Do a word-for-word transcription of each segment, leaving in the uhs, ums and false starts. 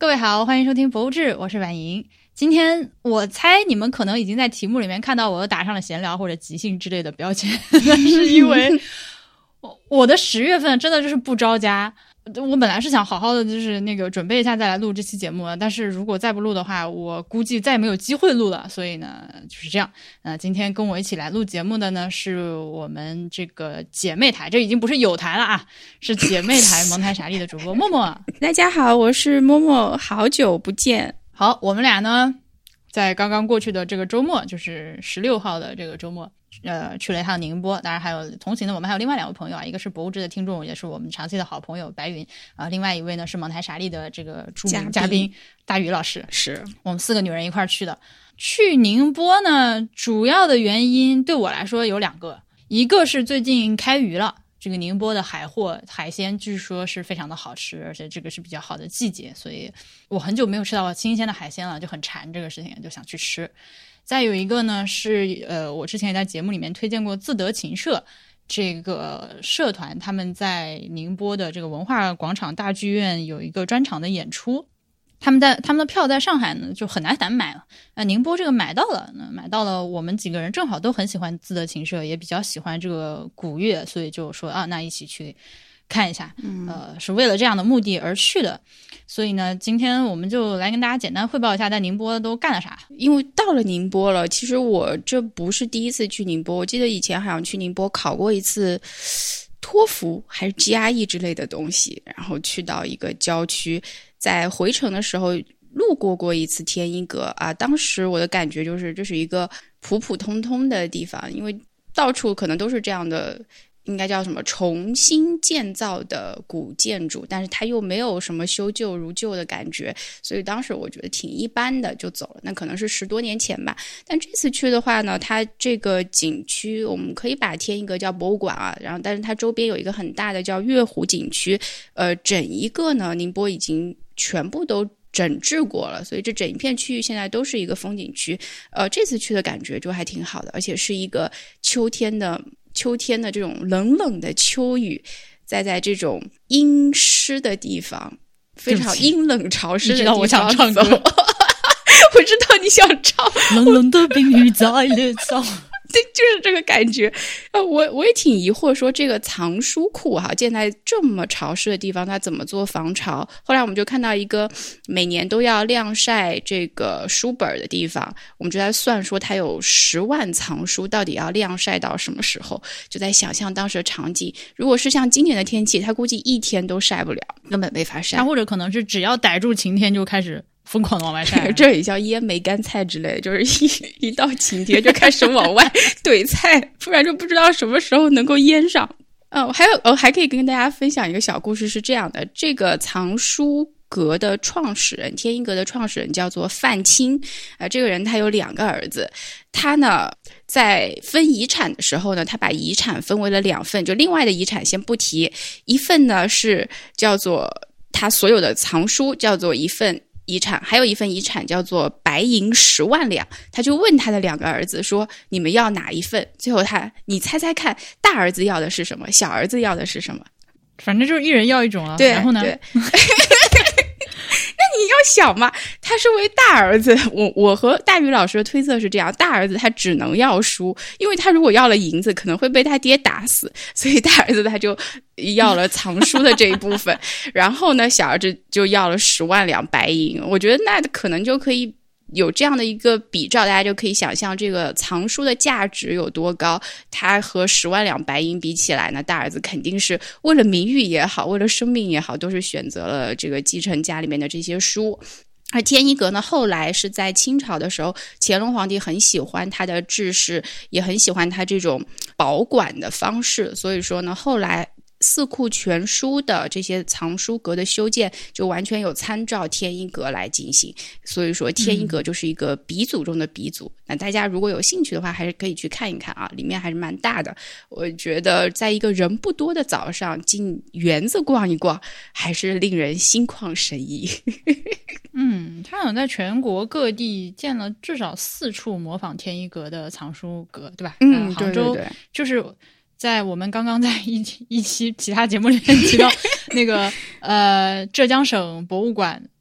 位好，欢迎收听博物志，我是婉莹。今天我猜你们可能已经在题目里面看到我打上了闲聊或者即兴之类的标签，那是因为我的十月份真的就是不着家。我本来是想好好的就是那个准备一下再来录这期节目的，但是如果再不录的话，我估计再也没有机会录了，所以呢就是这样。那、呃、今天跟我一起来录节目的呢是我们这个姐妹台，这已经不是友台了啊，是姐妹台蒙台傻利的主播默默。 大家好，我是默默，好久不见。 好，我们俩呢在刚刚过去的这个周末，就是十六号的这个周末呃，去了一趟宁波，当然还有同行的我们还有另外两位朋友啊，一个是博物志的听众，也是我们长期的好朋友白云啊、呃，另外一位呢是蒙台傻利的这个著名嘉宾大宇老师， 是我们四个女人一块儿去的。去宁波呢，主要的原因对我来说有两个，一个是最近开渔了。这个宁波的海货海鲜据说是非常的好吃，而且这个是比较好的季节，所以我很久没有吃到新鲜的海鲜了，就很馋这个事情，就想去吃。再有一个呢是呃，我之前也在节目里面推荐过自得琴社这个社团，他们在宁波的这个文化广场大剧院有一个专场的演出。他们在他们的票在上海呢就很难难买了，那宁波这个买到了，那买到了，我们几个人正好都很喜欢自得琴社，也比较喜欢这个古乐，所以就说啊，那一起去看一下， 嗯、 呃，是为了这样的目的而去的。所以呢，今天我们就来跟大家简单汇报一下在宁波都干了啥。 因为到了宁波了，其实我这不是第一次去宁波，我记得以前好像去宁波考过一次托福还是 G R E 之类的东西，然后去到一个郊区，在回程的时候路过过一次天一阁啊，当时我的感觉就是这是一个普普通通的地方，因为到处可能都是这样的，应该叫什么重新建造的古建筑，但是它又没有什么修旧如旧的感觉，所以当时我觉得挺一般的就走了，那可能是十多年前吧。但这次去的话呢，它这个景区我们可以把天一阁叫博物馆啊，然后但是它周边有一个很大的叫月湖景区，呃，整一个呢宁波已经全部都整治过了，所以这整一片区域现在都是一个风景区。呃，这次去的感觉就还挺好的，而且是一个秋天的秋天的这种冷冷的秋雨，再在这种阴湿的地方，非常阴冷潮湿的地方走。 我想唱歌我知道你想唱冷冷的冰雨在脸上对，就是这个感觉。呃，我我也挺疑惑，说这个藏书库哈，建在这么潮湿的地方，它怎么做防潮？后来我们就看到一个每年都要晾晒这个书本的地方，我们就在算说它有十万藏书，到底要晾晒到什么时候？就在想象当时的场景，如果是像今年的天气，它估计一天都晒不了，根本没法晒。 它或者可能是只要逮住晴天就开始疯狂的往外晒， 这也叫腌梅干菜之类的，就是一一到晴天就开始往外怼菜，不然就不知道什么时候能够腌上。呃，还有呃，还可以跟大家分享一个小故事，是这样的：这个藏书阁的创始人，天一阁的创始人叫做范钦啊、呃，这个人他有两个儿子，他呢在分遗产的时候呢，他把遗产分为了两份，就另外的遗产先不提，一份呢是叫做他所有的藏书，叫做一份遗产，还有一份遗产叫做白银十万两。他就问他的两个儿子说，你们要哪一份？最后他你猜猜看，大儿子要的是什么，小儿子要的是什么？ 反正就是一人要一种啊。 对， 然后呢？ 对那你要想嘛，他身为大儿子，我我和大宇老师的推测是这样，大儿子他只能要书，因为他如果要了银子可能会被他爹打死，所以大儿子他就要了藏书的这一部分然后呢小儿子就要了十万两白银。我觉得那可能就可以有这样的一个比照，大家就可以想象这个藏书的价值有多高。它和十万两白银比起来呢，大儿子肯定是为了名誉也好，为了生命也好，都是选择了这个继承家里面的这些书。而天一阁呢，后来是在清朝的时候，乾隆皇帝很喜欢他的制式，也很喜欢他这种保管的方式，所以说呢，后来四库全书的这些藏书阁的修建就完全有参照天一阁来进行，所以说天一阁就是一个鼻祖中的鼻祖、嗯、那大家如果有兴趣的话还是可以去看一看啊，里面还是蛮大的。我觉得在一个人不多的早上进园子逛一逛还是令人心旷神怡嗯，他好像在全国各地建了至少四处模仿天一阁的藏书阁，对吧？ 嗯， 呃、杭州对对对， 就是在我们刚刚在一一期其他节目里面提到那个呃浙江省博物馆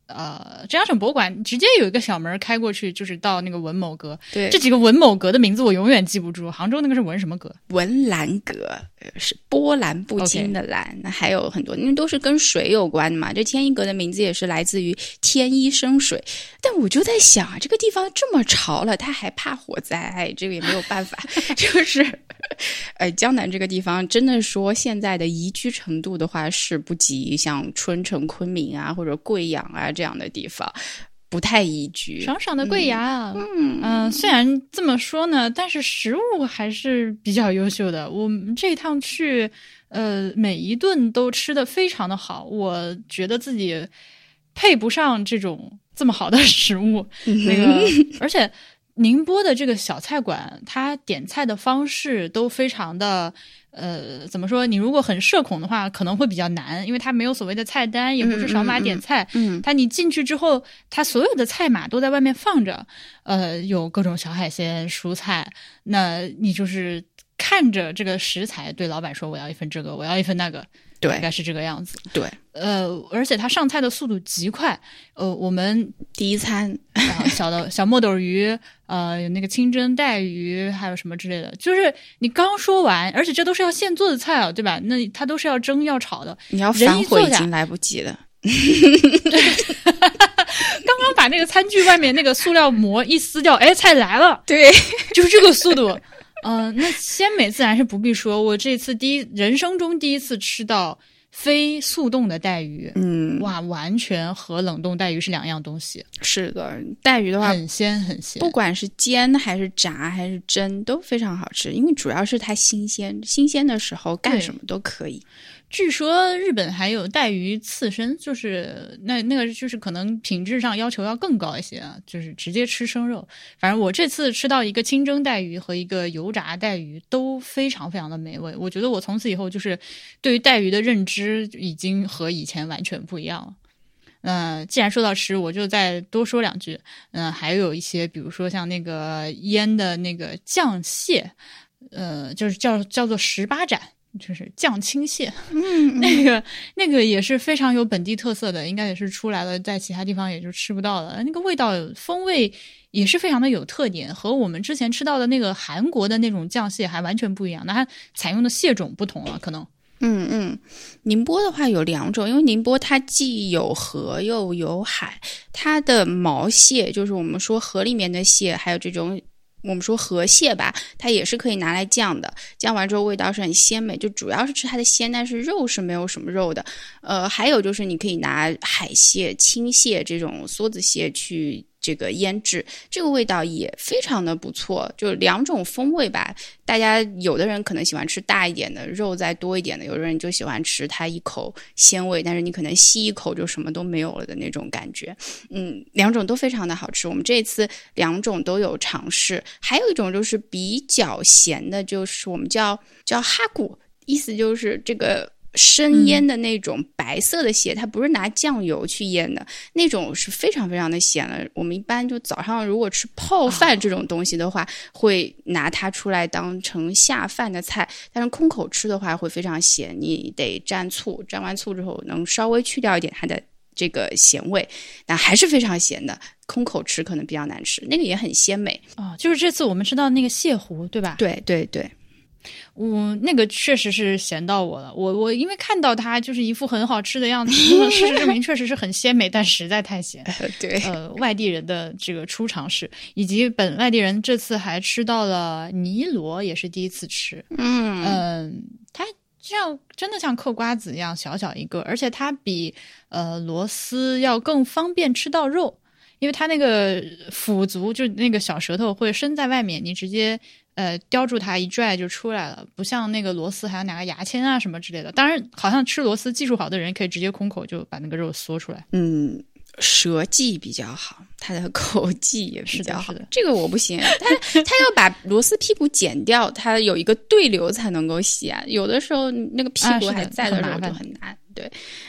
呃，浙江省博物馆直接有一个小门开过去，就是到那个文某阁。 对， 这几个文某阁的名字我永远记不住。杭州那个是文什么阁？ 文澜阁，是波澜不惊的澜。那、okay. 还有很多，因为都是跟水有关的嘛。这天一阁的名字也是来自于天一生水。但我就在想啊，这个地方这么潮了，它还怕火灾？哎，这个也没有办法，就是。呃，江南这个地方真的说现在的宜居程度的话是不及像春城、昆明啊或者贵阳啊这样的地方，不太宜居。 爽爽的贵阳， 嗯嗯、 呃，虽然这么说呢，但是食物还是比较优秀的。我们这一趟去，呃，每一顿都吃得非常的好，我觉得自己配不上这种这么好的食物。 嗯、 那个，而且。宁波的这个小菜馆，它点菜的方式都非常的，呃，怎么说？你如果很社恐的话，可能会比较难，因为它没有所谓的菜单，也不是扫码点菜。 嗯， 它你进去之后，它所有的菜码都在外面放着，呃，有各种小海鲜、蔬菜，那你就是看着这个食材，对老板说我要一份这个，我要一份那个。 对， 应该是这个样子。 对， 呃，而且它上菜的速度极快。呃，我们第一餐啊、呃，小的小墨斗鱼，呃，有那个清蒸带鱼，还有什么之类的。就是你刚说完，而且这都是要现做的菜啊，对吧？那它都是要蒸要炒的， 你要反悔已经来不及了。 对，刚刚把那个餐具外面那个塑料膜一撕掉，哎，菜来了。 对， 就是这个速度。嗯、呃，那鲜美自然是不必说。我这次第一人生中第一次吃到非速冻的带鱼， 嗯， 哇，完全和冷冻带鱼是两样东西。 是的，带鱼的话很鲜很鲜， 不管是煎还是炸还是蒸都非常好吃，因为主要是它新鲜，新鲜的时候干什么都可以。 据说日本还有带鱼刺身，就是那那个就是可能品质上要求要更高一些啊，就是直接吃生肉。反正我这次吃到一个清蒸带鱼和一个油炸带鱼都非常非常的美味。我觉得我从此以后就是对于带鱼的认知已经和以前完全不一样了。呃，既然说到吃，我就再多说两句。嗯、呃，还有一些，比如说像那个腌的那个酱蟹，呃，就是叫叫做十八斩。就是酱青蟹， 嗯， 那个那个也是非常有本地特色的，应该也是出来了，在其他地方也就吃不到了。那个味道风味也是非常的有特点，和我们之前吃到的那个韩国的那种酱蟹还完全不一样。那它采用的蟹种不同了，可能。 嗯嗯，宁波的话有两种，因为宁波它既有河又有海，它的毛蟹就是我们说河里面的蟹，还有这种。我们说河蟹吧，它也是可以拿来酱的，酱完之后味道是很鲜美，就主要是吃它的鲜，但是肉是没有什么肉的。呃，还有就是你可以拿海蟹、青蟹这种梭子蟹去这个腌制，这个味道也非常的不错，就两种风味吧。大家有的人可能喜欢吃大一点的肉再多一点的，有的人就喜欢吃它一口鲜味，但是你可能吸一口就什么都没有了的那种感觉。嗯，两种都非常的好吃，我们这一次两种都有尝试。还有一种就是比较咸的，就是我们叫叫哈古，意思就是这个生腌的那种白色的蟹、嗯、它不是拿酱油去腌的，那种是非常非常的咸了。我们一般就早上如果吃泡饭这种东西的话、哦、会拿它出来当成下饭的菜，但是空口吃的话会非常咸，你得蘸醋，蘸完醋之后能稍微去掉一点它的这个咸味，但还是非常咸的，空口吃可能比较难吃。那个也很鲜美哦，就是这次我们吃到那个蟹糊对吧？ 对对对， 我那个确实是咸到我了，我我因为看到它就是一副很好吃的样子，事实证明确实是很鲜美，但实在太咸。 对， 呃，外地人的这个初尝试，以及本外地人这次还吃到了泥螺，也是第一次吃。 嗯嗯、呃，它像真的像嗑瓜子一样小小一个，而且它比呃螺丝要更方便吃到肉，因为它那个腹足就那个小舌头会伸在外面，你直接呃叼住它一拽就出来了，不像那个螺丝还要拿个牙签啊什么之类的。当然好像吃螺丝技术好的人可以直接空口就把那个肉嗦出来。 嗯，舌技比较好，他的口技也比较好。 是的，是的， 这个我不行，他他要把螺丝屁股剪掉，他有一个对流才能够洗啊。有的时候那个屁股还在的时候就很难。啊、对，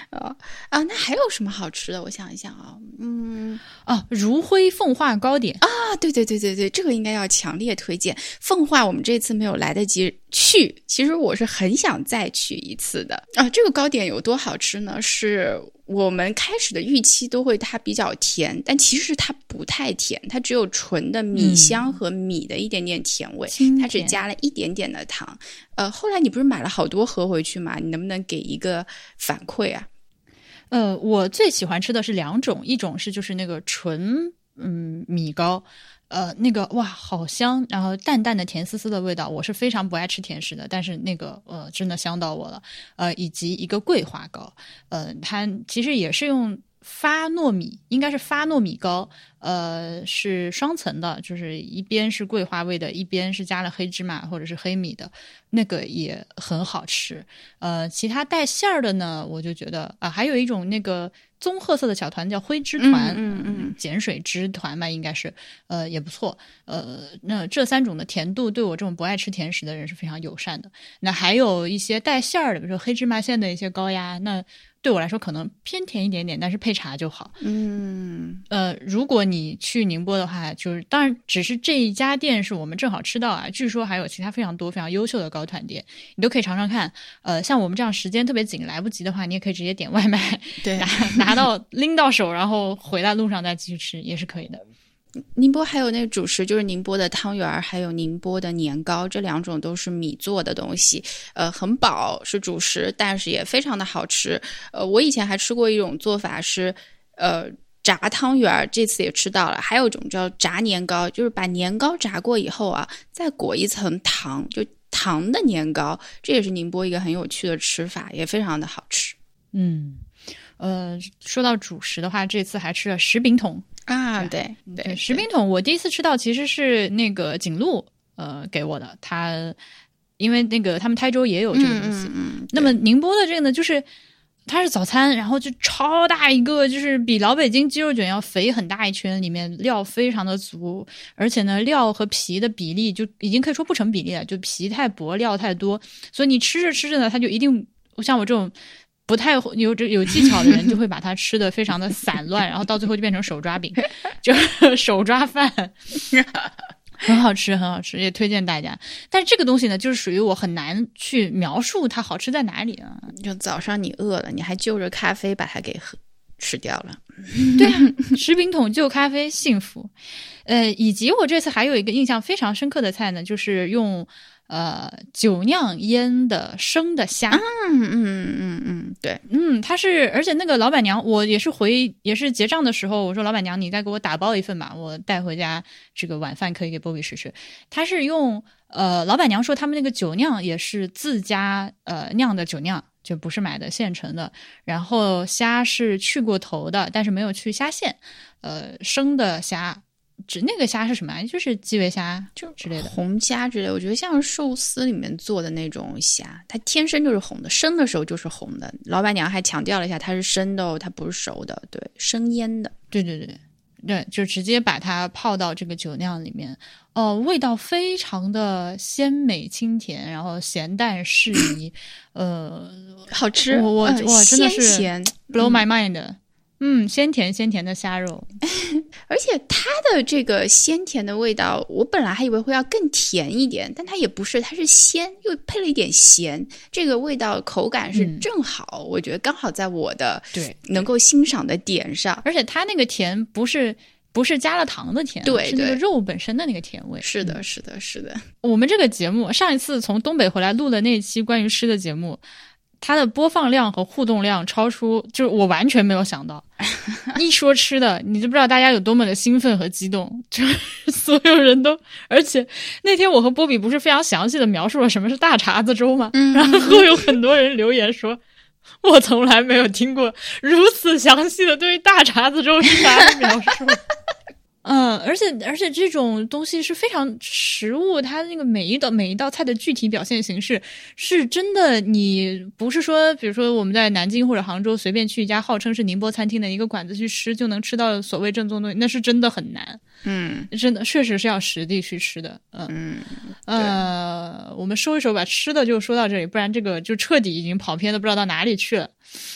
啊啊，那还有什么好吃的？我想一想啊，嗯， 哦，如辉凤化糕点啊，对对对对对，这个应该要强烈推荐。凤化我们这次没有来得及去，其实我是很想再去一次的啊。这个糕点有多好吃呢？是我们开始的预期都会它比较甜，但其实它不太甜，它只有纯的米香和米的一点点甜味， 嗯、 它只加了一点点的糖。呃，后来你不是买了好多盒回去吗？你能不能给一个反馈啊？ 呃，我最喜欢吃的是两种，一种是就是那个纯嗯米糕，呃，那个哇好香，然后淡淡的甜丝丝的味道，我是非常不爱吃甜食的，但是那个呃真的香到我了，呃，以及一个桂花糕，呃，它其实也是用发糯米，应该是发糯米糕，呃，是双层的，就是一边是桂花味的，一边是加了黑芝麻或者是黑米的，那个也很好吃。呃，其他带馅儿的呢，我就觉得啊、呃，还有一种那个棕褐色的小团叫灰芝团， 嗯嗯嗯， 碱水芝团吧，应该是，呃，也不错。呃，那这三种的甜度对我这种不爱吃甜食的人是非常友善的。那还有一些带馅儿的，比如说黑芝麻馅的一些糕呀，那对我来说可能偏甜一点点，但是配茶就好。 嗯， 呃，如果你去宁波的话，就是当然只是这一家店是我们正好吃到啊，据说还有其他非常多非常优秀的糕团店，你都可以尝尝看。呃，像我们这样时间特别紧来不及的话，你也可以直接点外卖， 对， 拿拿到拎到手，然后回来路上再继续吃也是可以的。 宁波还有那个主食，就是宁波的汤圆，还有宁波的年糕，这两种都是米做的东西，呃，很饱是主食，但是也非常的好吃。呃，我以前还吃过一种做法是，呃，炸汤圆，这次也吃到了。还有一种叫炸年糕，就是把年糕炸过以后啊，再裹一层糖，就糖的年糕，这也是宁波一个很有趣的吃法，也非常的好吃。 嗯，呃，说到主食的话，这次还吃了石饼筒。 啊，对对， 对，石饼筒我第一次吃到其实是那个景路呃给我的，他因为那个他们台州也有这个东西， 嗯嗯嗯， 那么宁波的这个呢，就是它是早餐，然后就超大一个，就是比老北京鸡肉卷要肥很大一圈，里面料非常的足，而且呢料和皮的比例就已经可以说不成比例了，就皮太薄料太多，所以你吃着吃着呢，它就一定像我这种不太有有技巧的人就会把它吃的非常的散乱，然后到最后就变成手抓饼，就是手抓饭，很好吃，很好吃，也推荐大家。但是这个东西呢，就是属于我很难去描述它好吃在哪里啊。 就早上你饿了，你还就着咖啡把它给喝吃掉了。 对啊，石饼筒就咖啡，幸福。呃，以及我这次还有一个印象非常深刻的菜呢，就是用。呃，酒酿腌的生的虾， 嗯嗯嗯嗯，对， 嗯，它是，而且那个老板娘，我也是回，也是结账的时候，我说老板娘，你再给我打包一份吧，我带回家，这个晚饭可以给波比吃吃。他是用，呃，老板娘说他们那个酒酿也是自家呃酿的酒酿，就不是买的现成的，然后虾是去过头的，但是没有去虾线，呃，生的虾。指那个虾是什么？就是基围虾就之类的， 红虾之类。我觉得像寿司里面做的那种虾，它天生就是红的，生的时候就是红的。老板娘还强调了一下，它是生的哦，它不是熟的，对，生腌的。 对对对对，就直接把它泡到这个酒酿里面，哦、呃，味道非常的鲜美清甜，然后咸淡适宜，呃， 好吃。 我我、 嗯、 我真的是咸 blow my mind 的。嗯，鲜甜鲜甜的虾肉， 而且它的这个鲜甜的味道，我本来还以为会要更甜一点，但它也不是，它是鲜又配了一点咸，这个味道口感是正好，嗯、我觉得刚好在我的对能够欣赏的点上。 而且它那个甜不是不是加了糖的甜， 对， 是那个肉本身的那个甜味。 是的，是的，是的。 我们这个节目上一次从东北回来录的那一期关于吃的节目。它的播放量和互动量超出，就是我完全没有想到。一说吃的，你就不知道大家有多么的兴奋和激动，就是所有人都。而且那天我和波比不是非常详细的描述了什么是大碴子粥吗？ 嗯、 然后有很多人留言说，我从来没有听过如此详细的对于大碴子粥是啥的描述。嗯，而且而且这种东西是非常食物，它那个每一道每一道菜的具体表现形式是真的，你不是说，比如说我们在南京或者杭州随便去一家号称是宁波餐厅的一个馆子去吃就能吃到所谓正宗东西，那是真的很难。 嗯， 真的确实是要实地去吃的。嗯嗯， 呃，我们收一收吧，吃的就说到这里，不然这个就彻底已经跑偏的不知道到哪里去了。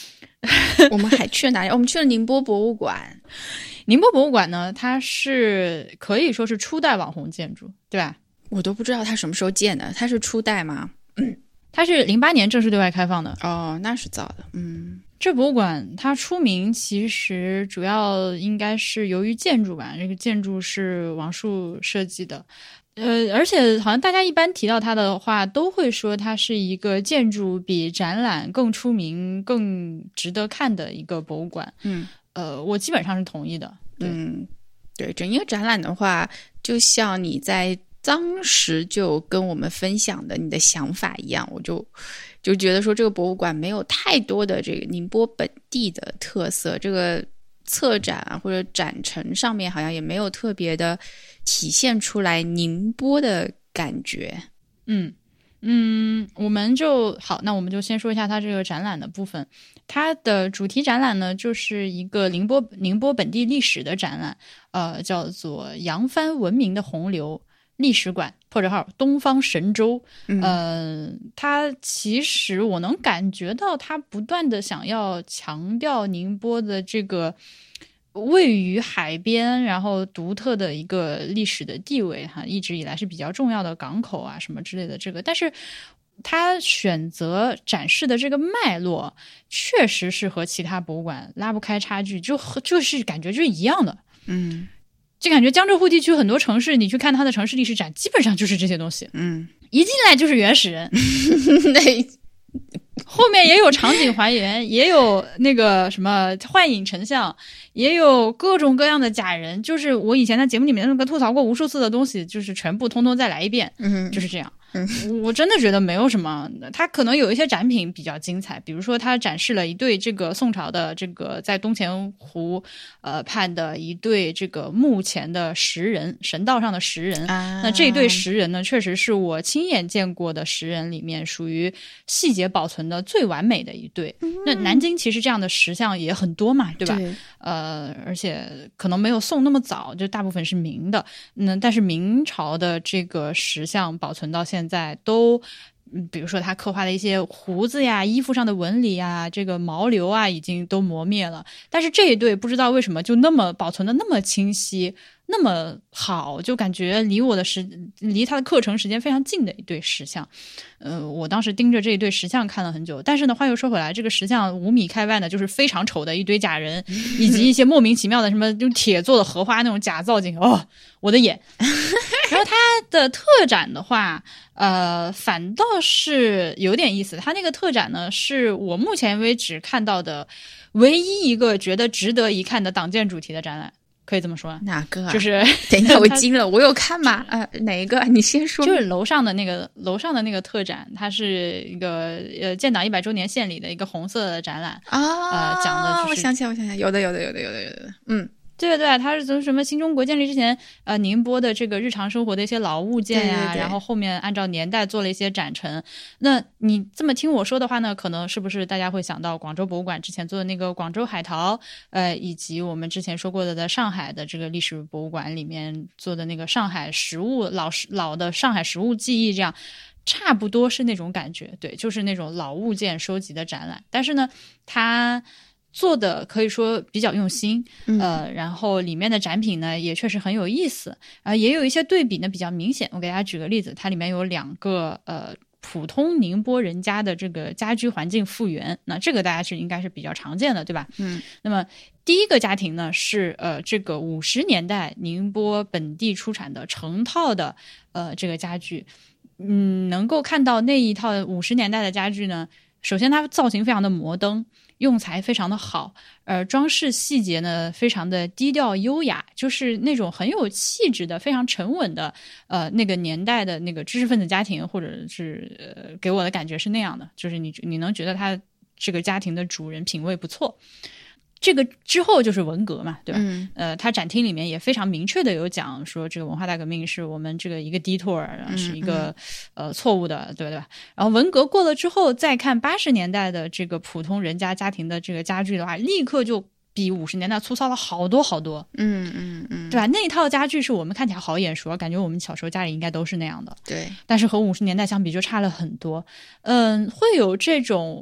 我们还去了哪里？我们去了宁波博物馆。 宁波博物馆呢，它是可以说是初代网红建筑，对吧？ 我都不知道它什么时候建的，它是初代吗？ 嗯，它是零八年正式对外开放的。 哦，那是早的。嗯， 这博物馆它出名其实主要应该是由于建筑吧，这个建筑是王树设计的。呃，而且好像大家一般提到它的话，都会说它是一个建筑比展览更出名、更值得看的一个博物馆。 嗯， 呃，我基本上是同意的。对， 嗯，对，整一个展览的话，就像你在当时就跟我们分享的你的想法一样，我就就觉得说这个博物馆没有太多的这个宁波本地的特色，这个策展啊或者展陈上面好像也没有特别的体现出来宁波的感觉。 嗯嗯，我们就好，那我们就先说一下它这个展览的部分。它的主题展览呢，就是一个宁波宁波本地历史的展览，呃，叫做“扬帆文明的洪流”历史馆破折号东方神州。嗯、呃，它其实我能感觉到它不断的想要强调宁波的这个位于海边，然后独特的一个历史的地位哈，一直以来是比较重要的港口啊什么之类的这个，但是他选择展示的这个脉络确实是和其他博物馆拉不开差距，就就是感觉就是一样的。 嗯， 就感觉江浙沪地区很多城市，你去看它的城市历史展，基本上就是这些东西。 嗯， 一进来就是原始人。 对。 后面也有场景还原，也有那个什么幻影成像，也有各种各样的假人，就是我以前在节目里面那个吐槽过无数次的东西，就是全部通通再来一遍。嗯，就是这样。嗯，我真的觉得没有什么，它可能有一些展品比较精彩，比如说它展示了一对这个宋朝的这个在东钱湖呃畔的一对这个墓前的石人，神道上的石人。啊、那这一对石人呢，确实是我亲眼见过的石人里面属于细节保存的最完美的一对。嗯、那南京其实这样的石像也很多嘛，对吧？对，呃，而且可能没有宋那么早，就大部分是明的。嗯，但是明朝的这个石像保存到现在。现在都，嗯，比如说他刻画的一些胡子呀、衣服上的纹理呀、这个毛流啊，已经都磨灭了。但是这一对不知道为什么就那么保存的那么清晰，那么好，就感觉离我的时离他的课程时间非常近的一对石像。呃，我当时盯着这一对石像看了很久。但是呢，话又说回来，这个石像五米开外呢，就是非常丑的一堆假人，以及一些莫名其妙的什么用铁做的荷花那种假造景。哦，我的眼！然后它的特展的话，呃，反倒是有点意思。它那个特展呢，是我目前为止看到的唯一一个觉得值得一看的党建主题的展览。可以这么说。 哪个、啊？ 就是等一下，我惊了，我有看吗？呃，哪一个？你先说。 就是楼上的那个楼上的那个特展，它是一个呃建党一百周年献礼的一个红色的展览啊、呃，讲的就是。 我想起来，我想起来，有的，有的，有的，有的，有的，嗯。 对对，它是从什么新中国建立之前，呃，宁波的这个日常生活的一些老物件呀、啊，然后后面按照年代做了一些展陈。那你这么听我说的话呢，可能是不是大家会想到广州博物馆之前做的那个广州海淘，呃，以及我们之前说过的在上海的这个历史博物馆里面做的那个上海食物老老的上海食物记忆这样。差不多是那种感觉，对，就是那种老物件收集的展览。但是呢，它做的可以说比较用心，呃，然后里面的展品呢也确实很有意思，啊、呃，也有一些对比呢比较明显。我给大家举个例子，它里面有两个呃普通宁波人家的这个家居环境复原，那这个大家是应该是比较常见的，对吧？嗯，那么第一个家庭呢是呃这个五十年代宁波本地出产的成套的呃这个家具，嗯，能够看到那一套五十年代的家具呢。首先它造型非常的摩登，用材非常的好，呃，装饰细节呢非常的低调优雅，就是那种很有气质的非常沉稳的呃那个年代的那个知识分子家庭，或者是呃给我的感觉是那样的，就是你你能觉得他这个家庭的主人品味不错。这个之后就是文革嘛，对吧？嗯、呃，他展厅里面也非常明确的有讲说，这个文化大革命是我们这个一个 detour， 是一个、嗯、呃错误的，对吧？然后文革过了之后，再看八十年代的这个普通人家家庭的这个家具的话，立刻就比五十年代粗糙了好多好多。嗯嗯嗯，对吧？那一套家具是我们看起来好眼熟，感觉我们小时候家里应该都是那样的。 对， 但是和五十年代相比就差了很多。嗯，会有这种。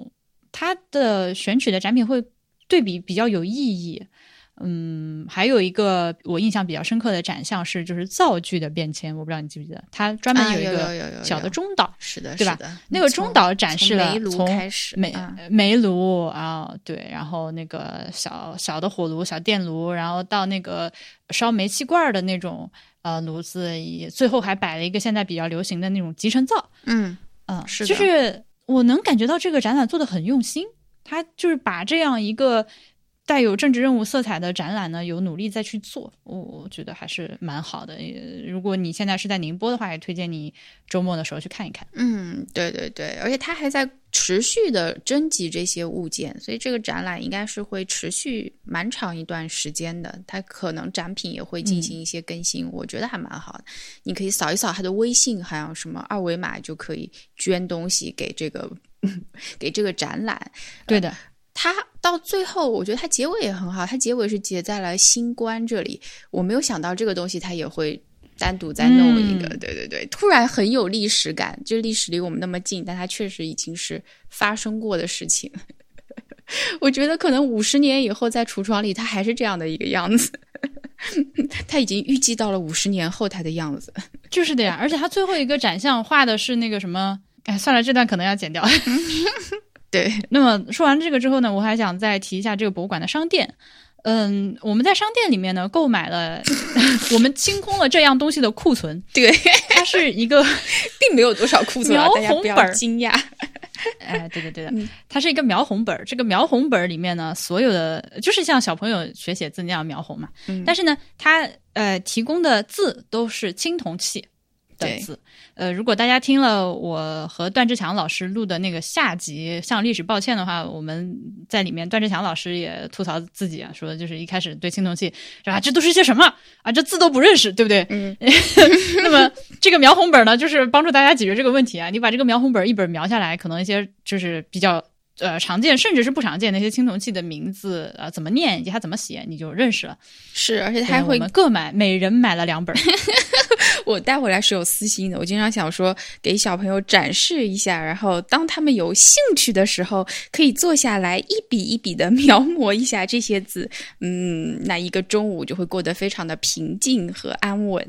它的选取的展品会对比比较有意义。嗯，还有一个我印象比较深刻的展项是，就是灶具的变迁。我不知道你记不记得，它专门有一个小的中岛， 是的， 对吧？ 是的， 那个中岛展示了从煤炉开始， 煤啊煤炉啊，对，然后那个小小的火炉、小电炉，然后到那个烧煤气罐的那种呃炉子，也最后还摆了一个现在比较流行的那种集成灶。 嗯嗯， 是的， 就是我能感觉到这个展览做得很用心，它就是把这样一个带有政治任务色彩的展览呢，有努力再去做，我我觉得还是蛮好的。如果你现在是在宁波的话，也推荐你周末的时候去看一看。 嗯，对对对，而且它还在持续的征集这些物件，所以这个展览应该是会持续蛮长一段时间的。它可能展品也会进行一些更新，嗯、我觉得还蛮好的。你可以扫一扫它的微信，还有什么二维码，就可以捐东西给这个给这个展览。 对的。 呃它到最后我觉得它结尾也很好，它结尾是结在了新冠这里，我没有想到这个东西它也会单独再弄一个、嗯、对对对，突然很有历史感，就历史离我们那么近，但它确实已经是发生过的事情。我觉得可能五十年以后在橱窗里它还是这样的一个样子。他已经预计到了五十年后他的样子。 就是的呀，而且他最后一个展项画的是那个什么，哎，算了，这段可能要剪掉。 对， 那么说完这个之后呢，我还想再提一下这个博物馆的商店。嗯，我们在商店里面呢购买了我们清空了这样东西的库存。 对， 它是一个并没有多少库存、啊、 描红本， 大家不要惊讶。 哎，对的对的，它是一个描红本。这个描红本里面呢，所有的就是像小朋友学写字那样描红嘛， 嗯、 但是呢它呃提供的字都是青铜器的字。呃，如果大家听了我和段志强老师录的那个下集向历史抱歉的话，我们在里面段志强老师也吐槽自己啊，说就是一开始对青铜器是吧，这都是些什么啊，这字都不认识，对不对？ 嗯。 那么这个描红本呢，就是帮助大家解决这个问题啊。你把这个描红本一本描下来，可能一些就是比较呃常见甚至是不常见那些青铜器的名字呃怎么念以及它怎么写，你就认识了。 是，而且它还会我们各买，每人买了两本。 我带回来是有私心的，我经常想说给小朋友展示一下，然后当他们有兴趣的时候可以坐下来一笔一笔的描摹一下这些字，嗯，那一个中午就会过得非常的平静和安稳。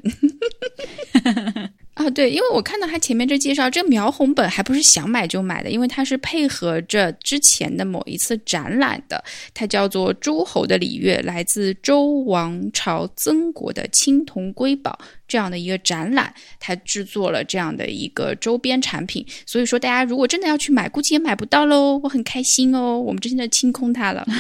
啊，对，因为我看到他前面这介绍，这描红本还不是想买就买的，因为它是配合着之前的某一次展览的，它叫做诸侯的礼乐，来自周王朝曾国的青铜瑰宝这样的一个展览，它制作了这样的一个周边产品，所以说大家如果真的要去买，估计也买不到咯，我很开心哦，我们真的清空它了。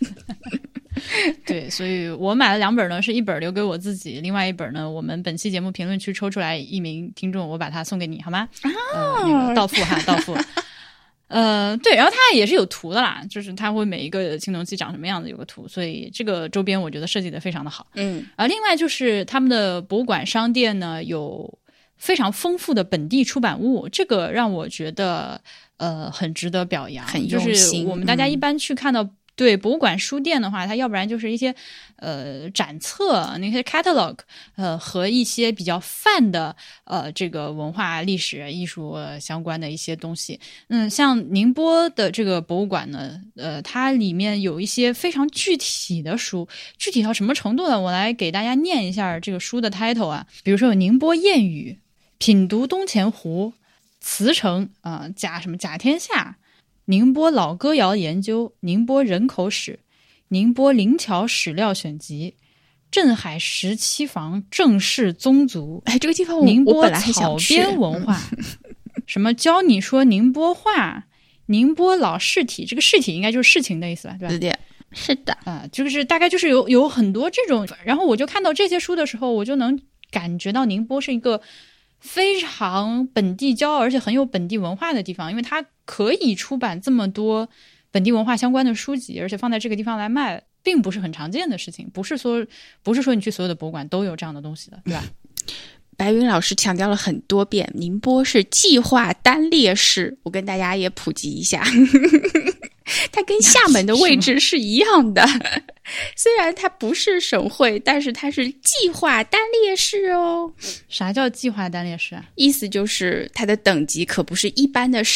对，所以我买了两本呢，是一本留给我自己，另外一本呢，我们本期节目评论区抽出来一名听众，我把它送给你好吗？ 哦、 呃，那个到付哈，到付。呃，对，然后它也是有图的啦，就是它会每一个青铜器长什么样子有个图，所以这个周边我觉得设计的非常的好。 嗯， 而、呃、另外就是他们的博物馆商店呢有非常丰富的本地出版物，这个让我觉得呃很值得表扬， 很用心。 就是我们大家一般去看到、嗯。对，博物馆书店的话，它要不然就是一些呃展册，那些 catalog， 呃和一些比较泛的呃这个文化、历史、艺术相关的一些东西。嗯，像宁波的这个博物馆呢，呃，它里面有一些非常具体的书，具体到什么程度呢？我来给大家念一下这个书的 title 啊，比如说有宁波谚语、品读东钱湖、词城啊、呃、甲什么甲天下。宁波老歌谣研究、宁波人口史、宁波灵桥史料选集、镇海十七房郑氏宗族。 哎，这个地方我宁波草编文化，什么教你说宁波话，宁波老市体，这个市体应该就是事情的意思吧？对吧？ 对，是的啊、呃，就是大概就是有有很多这种，然后我就看到这些书的时候，我就能感觉到宁波是一个非常本地骄傲而且很有本地文化的地方，因为它可以出版这么多本地文化相关的书籍，而且放在这个地方来卖并不是很常见的事情，不是说不是说你去所有的博物馆都有这样的东西的，对吧？ 白云老师强调了很多遍，宁波是计划单列市，我跟大家也普及一下。它跟厦门的位置是一样的，虽然它不是省会，但是它是计划单列市哦。 啥叫计划单列市啊？ 意思就是它的等级可不是一般的市，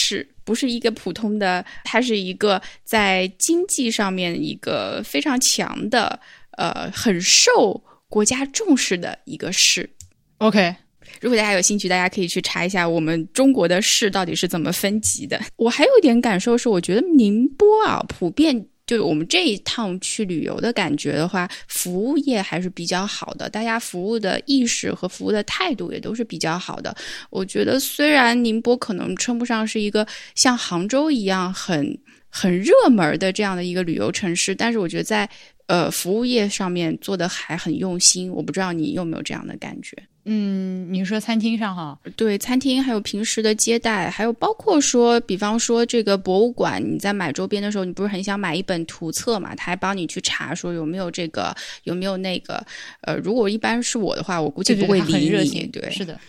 不是一个普通的，它是一个在经济上面一个非常强的，呃，很受国家重视的一个市。 OK。 如果大家有兴趣，大家可以去查一下我们中国的市到底是怎么分级的。我还有一点感受是，我觉得宁波啊，普遍就我们这一趟去旅游的感觉的话，服务业还是比较好的，大家服务的意识和服务的态度也都是比较好的。我觉得虽然宁波可能称不上是一个像杭州一样很很热门的这样的一个旅游城市，但是我觉得在呃服务业上面做的还很用心。我不知道你有没有这样的感觉？ 嗯，你说餐厅上哈？ 对，餐厅还有平时的接待，还有包括说，比方说这个博物馆，你在买周边的时候，你不是很想买一本图册嘛？他还帮你去查说有没有这个，有没有那个。呃，如果一般是我的话，我估计不会理你。对， 对是的。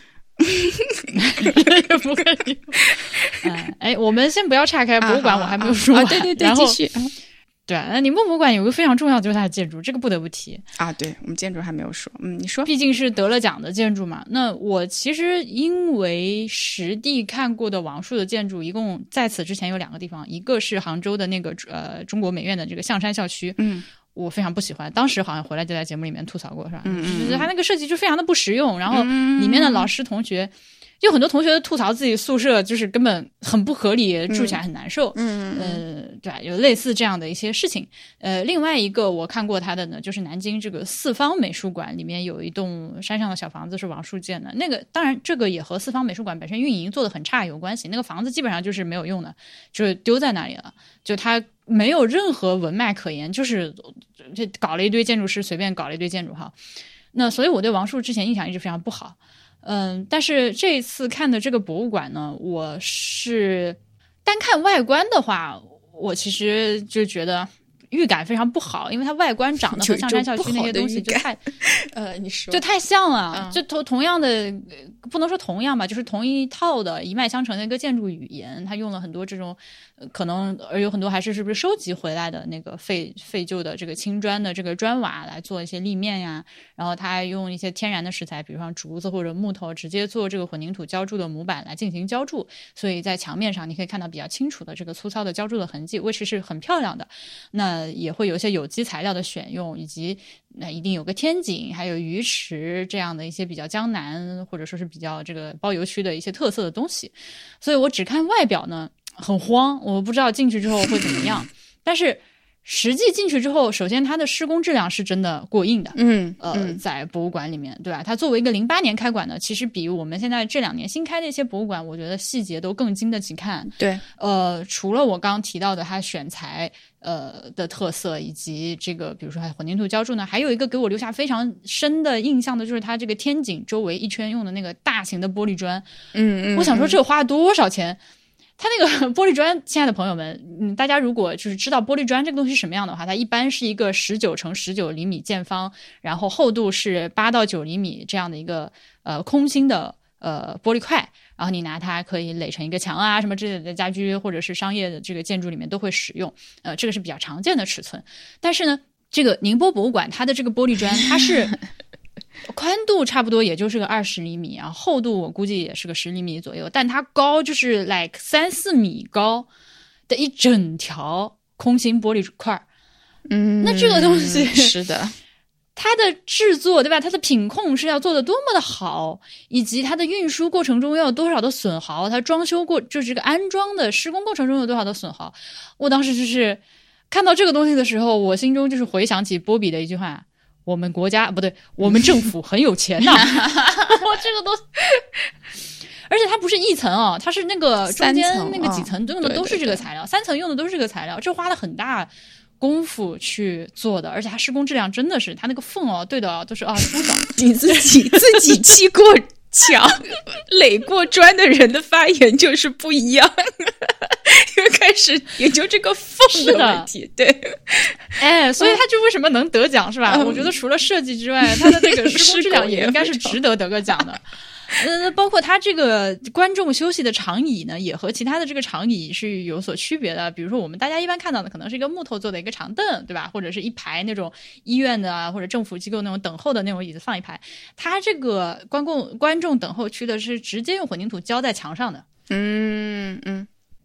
不会理。嗯，哎，我们先不要岔开博物馆，我还没有说完。 啊啊、对对对，继续。 对啊，那宁波博物馆有个非常重要的就是它的建筑，这个不得不提啊。对，我们建筑还没有说，嗯，你说， 毕竟是得了奖的建筑嘛。那我其实因为实地看过的王树的建筑，一共在此之前有两个地方，一个是杭州的那个呃中国美院的这个象山校区， 嗯， 我非常不喜欢，当时好像回来就在节目里面吐槽过，是吧？ 嗯嗯， 就是它那个设计就非常的不实用，然后里面的老师同学。有很多同学吐槽自己宿舍就是根本很不合理，住起来很难受。 嗯呃，对，有类似这样的一些事情。呃，另外一个我看过他的呢，就是南京这个四方美术馆里面有一栋山上的小房子是王树建的。那个当然这个也和四方美术馆本身运营做得很差有关系。那个房子基本上就是没有用的，就是丢在那里了，就它没有任何文脉可言，就是就搞了一堆建筑师随便搞了一堆建筑哈。那所以我对王树之前印象一直非常不好。嗯，但是这一次看的这个博物馆呢，我是单看外观的话，我其实就觉得预感非常不好，因为它外观长得和象山校区那些东西就太， 呃，你说就太像了， 嗯、 就同同样的，不能说同样吧，就是同一套的一脉相承的一个建筑语言，它用了很多这种，呃、可能有很多还是是不是收集回来的那个废废旧的这个青砖的这个砖瓦来做一些立面呀，然后它还用一些天然的石材，比如像竹子或者木头，直接做这个混凝土浇筑的模板来进行浇筑，所以在墙面上你可以看到比较清楚的这个粗糙的浇筑的痕迹，which是很漂亮的。那也会有一些有机材料的选用，以及那一定有个天井，还有鱼池这样的一些比较江南或者说是比较这个包邮区的一些特色的东西。所以我只看外表呢，很慌，我不知道进去之后会怎么样。但是实际进去之后，首先它的施工质量是真的过硬的， 嗯， 呃， 嗯在博物馆里面，对吧？它作为一个零八年开馆的，其实比我们现在这两年新开的一些博物馆，我觉得细节都更经得起看。 对， 呃，除了我刚刚提到的它选材呃的特色，以及这个比如说它混凝土浇筑呢，还有一个给我留下非常深的印象的，就是它这个天井周围一圈用的那个大型的玻璃砖。 嗯嗯， 我想说这花了多少钱？它那个玻璃砖，亲爱的朋友们，嗯，大家如果就是知道玻璃砖这个东西是什么样的话，它一般是一个十九乘十九厘米见方，然后厚度是八到九厘米这样的一个呃空心的呃玻璃块，然后你拿它可以垒成一个墙啊什么之类的家居或者是商业的这个建筑里面都会使用，呃，这个是比较常见的尺寸。但是呢，这个宁波博物馆它的这个玻璃砖，它是宽度差不多也就是个二十厘米啊，厚度我估计也是个十厘米左右，但它高就是 like 三四米高的一整条空心玻璃块。 嗯， 那这个东西是的， 它的制作对吧？它的品控是要做的多么的好，以及它的运输过程中要有多少的损耗，它装修过就是这个安装的施工过程中有多少的损耗。我当时就是看到这个东西的时候，我心中就是回想起波比的一句话。我们国家不对，我们政府很有钱呐、啊！我这个都，而且它不是一层啊，它是那个中间那个几层用的都是这个材料，三层用的都是这个材料，这花了很大功夫去做的，而且它施工质量真的是，它那个缝哦，对的都是啊舒爽。 你自己自己砌过墙、垒过砖的人的发言就是不一样。又开始研究这个缝的问题，对， 哎，所以他就为什么能得奖是吧？嗯、我觉得除了设计之外，他的那个施工质量也应该是值得得个奖的。呃，包括他这个观众休息的长椅呢，也和其他的这个长椅是有所区别的。比如说，我们大家一般看到的可能是一个木头做的一个长凳，对吧？或者是一排那种医院的啊，或者政府机构那种等候的那种椅子放一排。他这个观众观众等候区的是直接用混凝土浇在墙上的。 嗯嗯。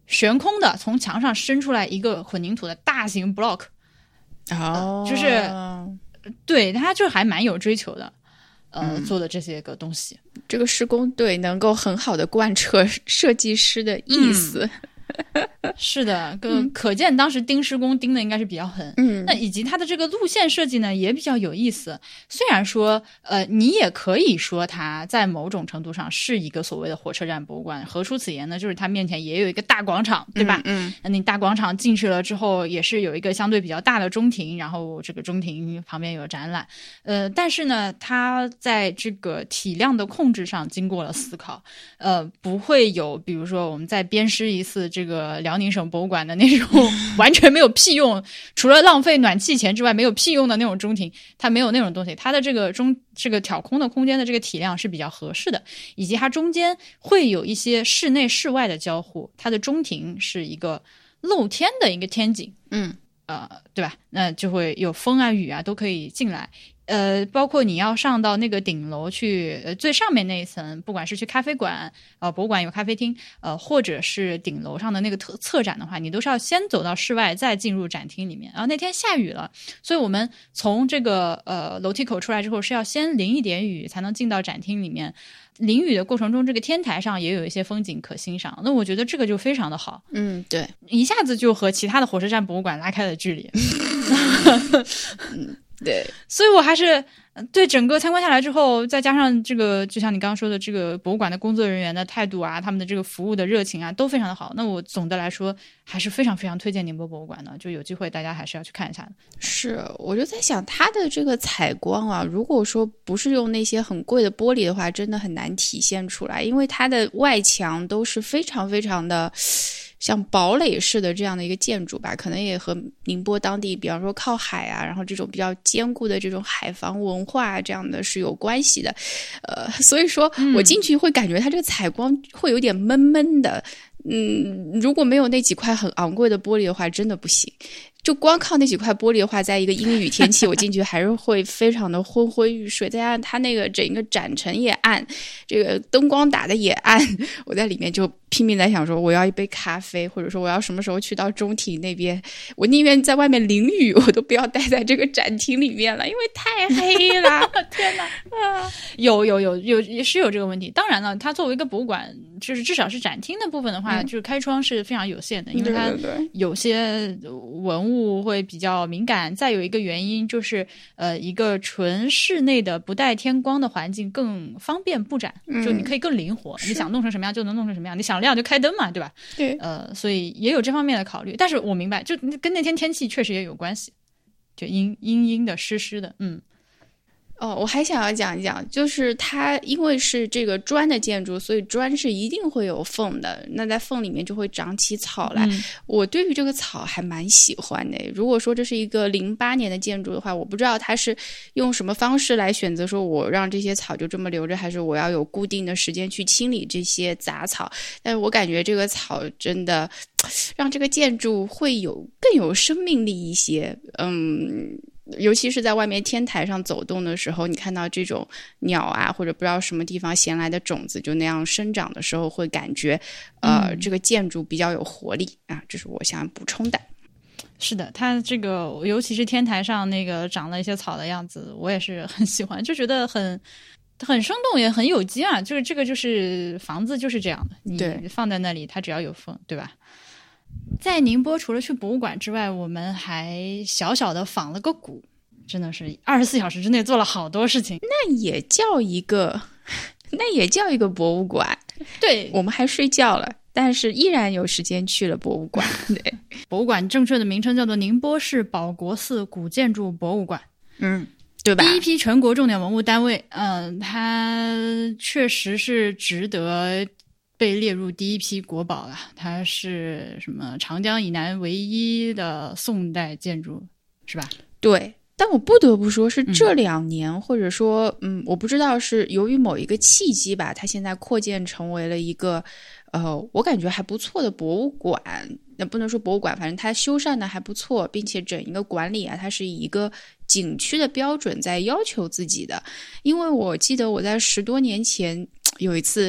悬空的从墙上伸出来一个混凝土的大型 block。 哦、 呃，就是对它就还蛮有追求的，呃、嗯，做的这些个东西， 这个施工对能够很好的贯彻设计师的意思。 嗯、是的，可可见当时盯施工盯的应该是比较狠。 嗯， 那以及它的这个路线设计呢也比较有意思。虽然说呃，你也可以说它在某种程度上是一个所谓的火车站博物馆。何出此言呢？就是它面前也有一个大广场，对吧？ 嗯， 那、嗯、你大广场进去了之后，也是有一个相对比较大的中庭，然后这个中庭旁边有展览。呃，但是呢，它在这个体量的控制上经过了思考，呃，不会有比如说我们再鞭尸一次这个辽宁省博物馆的那种完全没有屁用，除了浪费暖气钱之外没有屁用的那种中庭，它没有那种东西。它的这个中这个挑空的空间的这个体量是比较合适的，以及它中间会有一些室内室外的交互。它的中庭是一个露天的一个天井， 嗯， 呃，对吧？那就会有风啊雨啊都可以进来。呃，包括你要上到那个顶楼去，呃，最上面那一层，不管是去咖啡馆，呃，博物馆有咖啡厅，呃，或者是顶楼上的那个特策展的话，你都是要先走到室外，再进入展厅里面。然后那天下雨了，所以我们从这个呃楼梯口出来之后，是要先淋一点雨，才能进到展厅里面。淋雨的过程中，这个天台上也有一些风景可欣赏。那我觉得这个就非常的好， 嗯，对， 一下子就和其他的火车站博物馆拉开了距离。 嗯，对， 所以我还是对整个参观下来之后，再加上这个就像你刚刚说的这个博物馆的工作人员的态度啊，他们的这个服务的热情啊都非常的好，那我总的来说还是非常非常推荐宁波博物馆的，就有机会大家还是要去看一下的。 是，我就在想它的这个采光啊，如果说不是用那些很贵的玻璃的话，真的很难体现出来，因为它的外墙都是非常非常的像堡垒式的这样的一个建筑吧，可能也和宁波当地比方说靠海啊，然后这种比较坚固的这种海防文化这样的是有关系的。呃，所以说我进去会感觉它这个采光会有点闷闷的。嗯，如果没有那几块很昂贵的玻璃的话，真的不行。就光靠那几块玻璃的话，在一个阴雨天气，我进去还是会非常的昏昏欲睡。再加上它那个整个展陈也暗，这个灯光打的也暗，我在里面就拼命在想说，我要一杯咖啡，或者说我要什么时候去到中庭那边，我宁愿在外面淋雨，我都不要待在这个展厅里面了，因为太黑了。 天哪！啊，有有有有也是有这个问题。当然了，它作为一个博物馆，就是至少是展厅的部分的话，嗯、就是开窗是非常有限的，因为它有些文物会比较敏感。再有一个原因就是，呃，一个纯室内的不带天光的环境更方便布展，嗯、就你可以更灵活，你想弄成什么样就能弄成什么样，你想亮就开灯嘛，对吧？ 对， 呃，所以也有这方面的考虑。但是我明白，就跟那天天气确实也有关系，就阴阴阴的、湿湿的，嗯。 哦，我还想要讲一讲，就是它因为是这个砖的建筑，所以砖是一定会有缝的，那在缝里面就会长起草来。嗯、我对于这个草还蛮喜欢的。如果说这是一个零八年的建筑的话，我不知道它是用什么方式来选择，说我让这些草就这么留着，还是我要有固定的时间去清理这些杂草。但是我感觉这个草真的让这个建筑会有更有生命力一些，嗯。尤其是在外面天台上走动的时候，你看到这种鸟啊，或者不知道什么地方衔来的种子就那样生长的时候，会感觉呃、嗯、这个建筑比较有活力啊，这是我想补充的。 是的，它这个尤其是天台上那个长了一些草的样子，我也是很喜欢，就觉得很很生动，也很有机啊。就是这个就是房子就是这样的，你放在那里，它只要有风，对吧？在宁波除了去博物馆之外，我们还小小的访了个古，真的是二十四小时之内做了好多事情。 那也叫一个那也叫一个博物馆。 对， 我们还睡觉了，但是依然有时间去了博物馆。对， 博物馆正确的名称叫做宁波市保国寺古建筑博物馆。 嗯，对吧？ 第一批全国重点文物单位，嗯、呃，它确实是值得被列入第一批国宝了。它是什么长江以南唯一的宋代建筑，是吧？ 对，但我不得不说是这两年、嗯、或者说嗯，我不知道是由于某一个契机吧，它现在扩建成为了一个呃，我感觉还不错的博物馆。那不能说博物馆，反正它修缮的还不错，并且整一个管理啊，它是以一个景区的标准在要求自己的。因为我记得我在十多年前有一次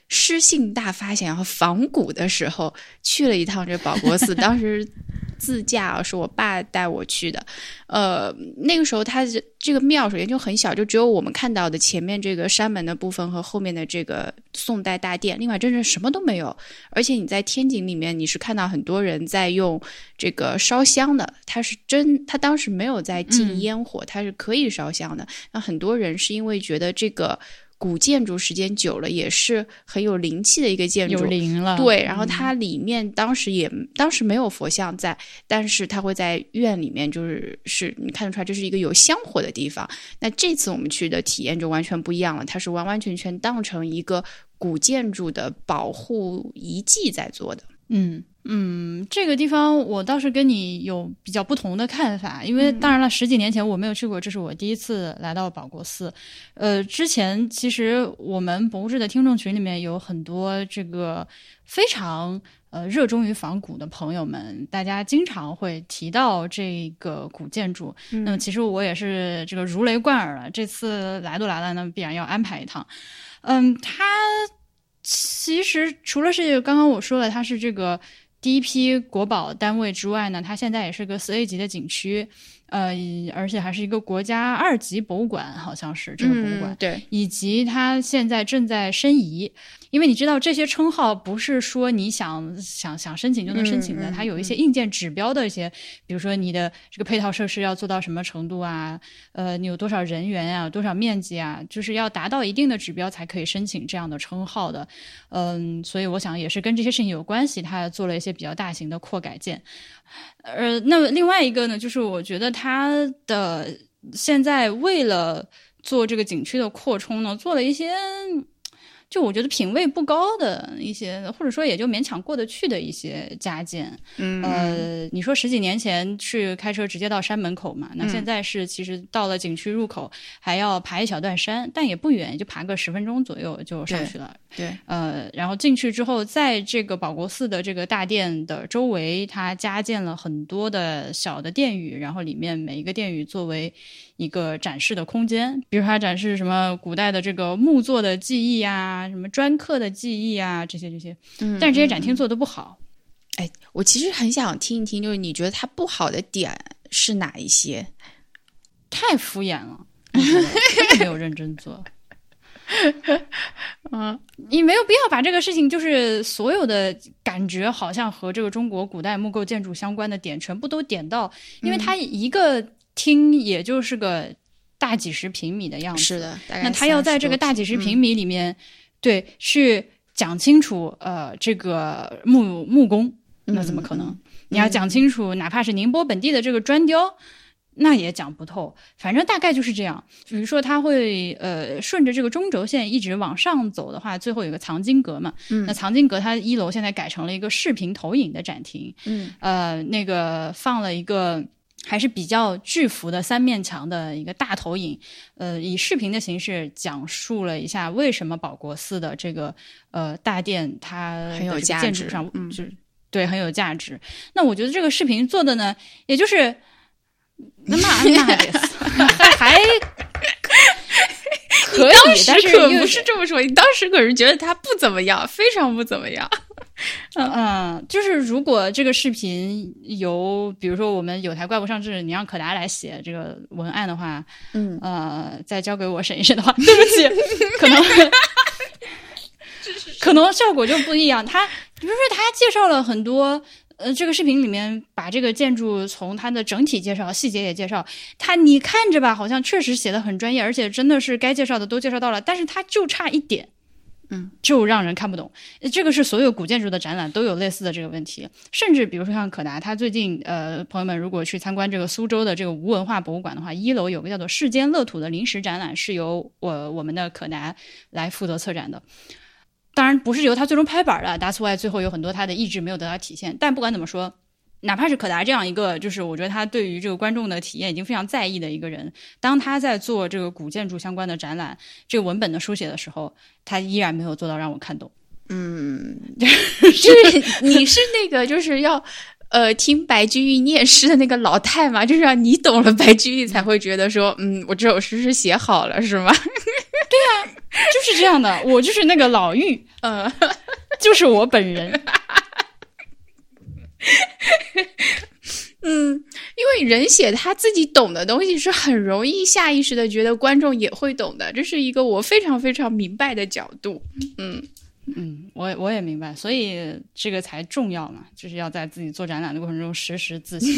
诗性大发想要仿古的时候，去了一趟这保国寺，当时自驾是我爸带我去的。呃，那个时候它这个庙首先就很小，就只有我们看到的前面这个山门的部分和后面的这个宋代大殿，另外真是什么都没有。而且你在天井里面，你是看到很多人在用这个烧香的，它是真，他当时没有在禁烟火，它是可以烧香的。那很多人是因为觉得这个古建筑时间久了也是很有灵气的一个建筑， 有灵了。 对，然后它里面当时也、嗯、当时没有佛像在，但是它会在院里面，就是是你看得出来这是一个有香火的地方。那这次我们去的体验就完全不一样了，它是完完全全当成一个古建筑的保护遗迹在做的。 嗯嗯，这个地方我倒是跟你有比较不同的看法，因为当然了，十几年前我没有去过，这是我第一次来到保国寺。呃，之前其实我们博物志的听众群里面有很多这个非常呃热衷于仿古的朋友们，大家经常会提到这个古建筑。嗯、那么其实我也是这个如雷贯耳了，这次来都来了，那必然要安排一趟。嗯，它其实除了是刚刚我说了，它是这个第一批国保单位之外呢，它现在也是个四 A 级的景区，呃，而且还是一个国家二级博物馆，好像是这个博物馆， 嗯、对， 以及它现在正在申遗。因为你知道这些称号不是说你想想想申请就能申请的， 嗯、 它有一些硬件指标的一些，比如说你的这个配套设施要做到什么程度啊，呃，你有多少人员啊，多少面积啊，就是要达到一定的指标才可以申请这样的称号的。嗯，所以我想也是跟这些事情有关系，它做了一些比较大型的扩改建。呃，那么另外一个呢，就是我觉得它的现在为了做这个景区的扩充呢，做了一些就我觉得品位不高的一些，或者说也就勉强过得去的一些加建。 嗯， 呃，你说十几年前去开车直接到山门口嘛，那现在是其实到了景区入口还要爬一小段山，但也不远，就爬个十分钟左右就上去了。 对，对呃，然后进去之后，在这个保国寺的这个大殿的周围，它加建了很多的小的殿宇，然后里面每一个殿宇作为一个展示的空间，比如它展示什么古代的这个木作的技艺啊，什么砖刻的技艺啊，这些这些，嗯，但是这些展厅做得不好。 哎，我其实很想听一听，就是你觉得它不好的点是哪一些？ 太敷衍了，我觉得根本没有认真做。 嗯， 你没有必要把这个事情，就是所有的感觉好像和这个中国古代木构建筑相关的点全部都点到，因为它一个厅也就是个大几十平米的样子， 是的，大概那他要在这个大几十平米里面，嗯、对，去讲清楚呃这个木木工，那怎么可能？嗯、你要讲清楚，哪怕是宁波本地的这个砖雕。那也讲不透，反正大概就是这样。比如说他会呃顺着这个中轴线一直往上走的话，最后有个藏经阁嘛，嗯，那藏经阁它一楼现在改成了一个视频投影的展厅，嗯，呃那个放了一个还是比较巨幅的三面墙的一个大投影，呃以视频的形式讲述了一下为什么保国寺的这个呃大殿它很有价值， 建筑上嗯就是对很有价值。那我觉得这个视频做的呢，也就是那那那还可以，但是可不是这么说。你当时可是觉得它不怎么样，非常不怎么样。 嗯嗯，就是如果这个视频由比如说我们有台怪物上志，你让可达来写这个文案的话，嗯呃，再交给我审一审的话，对不起，可能可能效果就不一样。他比如说他介绍了很多。呃，这个视频里面把这个建筑从它的整体介绍、细节也介绍，它你看着吧，好像确实写的很专业，而且真的是该介绍的都介绍到了，但是它就差一点，嗯，就让人看不懂。这个是所有古建筑的展览都有类似的这个问题，甚至比如说像可达，它最近呃，朋友们如果去参观这个苏州的这个无文化博物馆的话，一楼有个叫做世间乐土的临时展览，是由我我们的可达来负责策展的。当然不是由他最终拍板的 That's why 最后有很多他的意志没有得到体现，但不管怎么说，哪怕是可达这样一个就是我觉得他对于这个观众的体验已经非常在意的一个人，当他在做这个古建筑相关的展览这个文本的书写的时候，他依然没有做到让我看懂。 嗯，就是你是那个就是要呃听白居易念诗的那个老太嘛，就是让你懂了白居易才会觉得说嗯我这首诗是写好了是吗？ 对啊， 就是这样的，我就是那个老妪， 呃， 就是我本人。 嗯，因为人写他自己懂的东西是很容易下意识的觉得观众也会懂的，这是一个我非常非常明白的角度。嗯嗯，我我也明白，所以这个才重要嘛，就是要在自己做展览的过程中时时自省。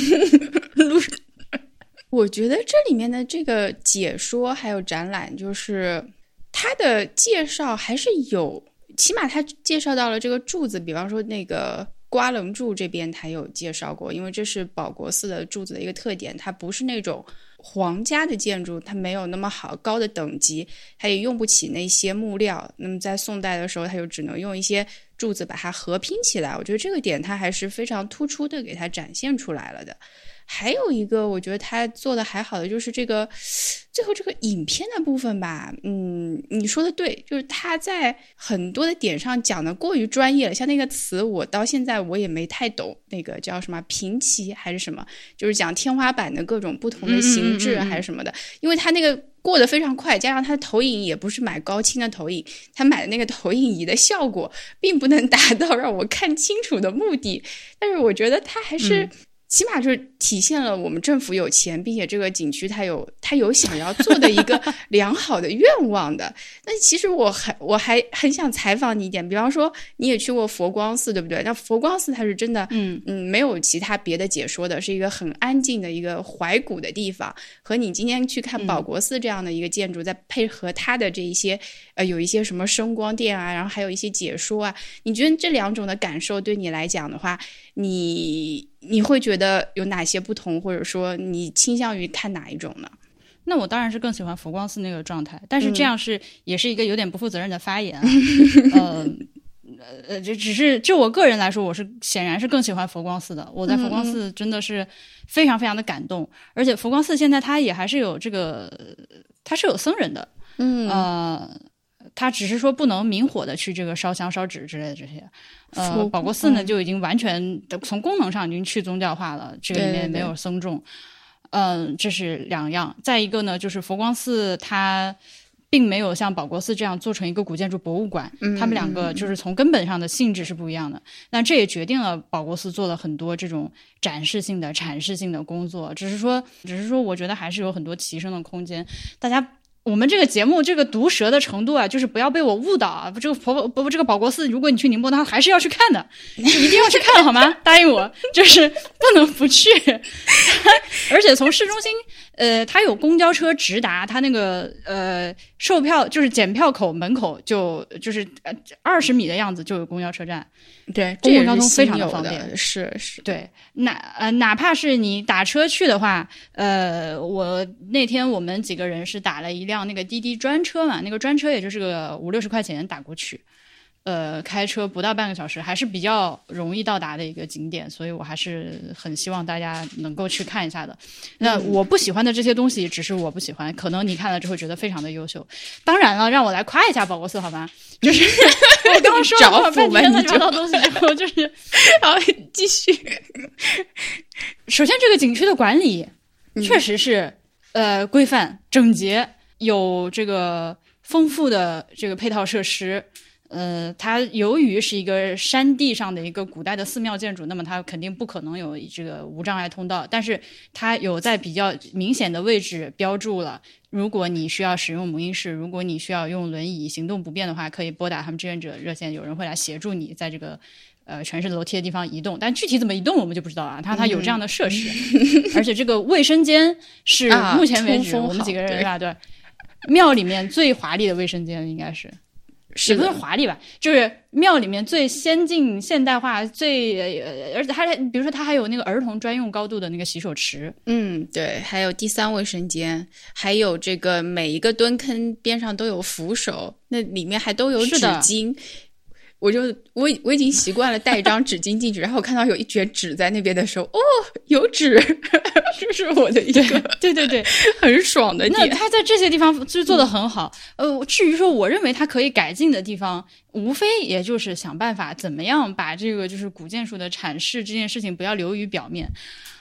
我觉得这里面的这个解说还有展览，就是它的介绍还是有，起码他介绍到了这个柱子，比方说那个瓜棱柱这边他有介绍过，因为这是保国寺的柱子的一个特点，它不是那种皇家的建筑，它没有那么好高的等级，它也用不起那些木料，那么在宋代的时候它就只能用一些柱子把它合拼起来，我觉得这个点它还是非常突出的给它展现出来了的。还有一个我觉得他做的还好的就是这个最后这个影片的部分吧，嗯，你说的对，就是他在很多的点上讲的过于专业了，像那个词我到现在我也没太懂，那个叫什么平齐还是什么，就是讲天花板的各种不同的形制还是什么的，嗯嗯嗯嗯，因为他那个过得非常快，加上他的投影也不是买高清的投影，他买的那个投影仪的效果并不能达到让我看清楚的目的，但是我觉得他还是、嗯起码就是体现了我们政府有钱，并且这个景区它有它有想要做的一个良好的愿望的。那其实我还我还很想采访你一点，比方说你也去过佛光寺，对不对？那佛光寺它是真的，嗯嗯，没有其他别的解说的，是一个很安静的一个怀古的地方。和你今天去看保国寺这样的一个建筑，嗯、再配合它的这一些呃有一些什么声光电啊，然后还有一些解说啊，你觉得这两种的感受对你来讲的话，你你会觉得有哪些不同，或者说你倾向于看哪一种呢？ 那我当然是更喜欢佛光寺那个状态，但是这样是、嗯、也是一个有点不负责任的发言、啊。呃呃，这只是就我个人来说，我是显然是更喜欢佛光寺的。我在佛光寺真的是非常非常的感动，嗯、而且佛光寺现在它也还是有这个，它是有僧人的，嗯呃。他只是说不能明火的去这个烧香烧纸之类的这些，呃，保国寺呢就已经完全从功能上已经去宗教化了，这个里面没有僧众，嗯、呃，这是两样。再一个呢，就是佛光寺它并没有像保国寺这样做成一个古建筑博物馆，嗯、他们两个就是从根本上的性质是不一样的。那这也决定了保国寺做了很多这种展示性的、阐释性的工作，只是说，只是说，我觉得还是有很多提升的空间，大家。我们这个节目这个毒舌的程度啊，就是不要被我误导啊！这个佛不这个保国寺，如果你去宁波，那还是要去看的，你一定要去看好吗？答应我，就是不能不去。而且从市中心，呃，它有公交车直达，它那个呃售票就是检票口门口就就是二十米的样子就有公交车站， 对， 公共交通非常的方便， 是是， 对。哪呃哪怕是你打车去的话，呃，我那天我们几个人是打了一辆。那个滴滴专车嘛，那个专车也就是个五六十块钱打过去，呃，开车不到半个小时，还是比较容易到达的一个景点，所以我还是很希望大家能够去看一下的。那我不喜欢的这些东西，只是我不喜欢，可能你看了之后觉得非常的优秀。当然了，让我来夸一下保国寺好吗？就是我刚刚说了半天乱七八糟东西之后，就是好继续。 首先，这个景区的管理确实是、嗯、呃规范整洁。有这个丰富的这个配套设施，呃，它由于是一个山地上的一个古代的寺庙建筑，那么它肯定不可能有这个无障碍通道，但是它有在比较明显的位置标注了，如果你需要使用母婴室，如果你需要用轮椅行动不便的话，可以拨打他们志愿者热线，有人会来协助你在这个呃全是楼梯的地方移动，但具体怎么移动我们就不知道啊。它它有这样的设施，嗯、而且这个卫生间是目前为止、啊、我们几个人啊对。庙里面最华丽的卫生间应该是，也不是华丽吧，就是庙里面最先进、现代化、最呃，而且它比如说它还有那个儿童专用高度的那个洗手池， 嗯，对，还有第三卫生间，还有这个每一个蹲坑边上都有扶手，那里面还都有纸巾。我就我我已经习惯了带一张纸巾进去，然后我看到有一卷纸在那边的时候，哦，有纸，这是我的一个对对对很爽的点。 那他在这些地方就做得很好。嗯、呃，至于说我认为他可以改进的地方，无非也就是想办法怎么样把这个就是古建筑的阐释这件事情不要流于表面。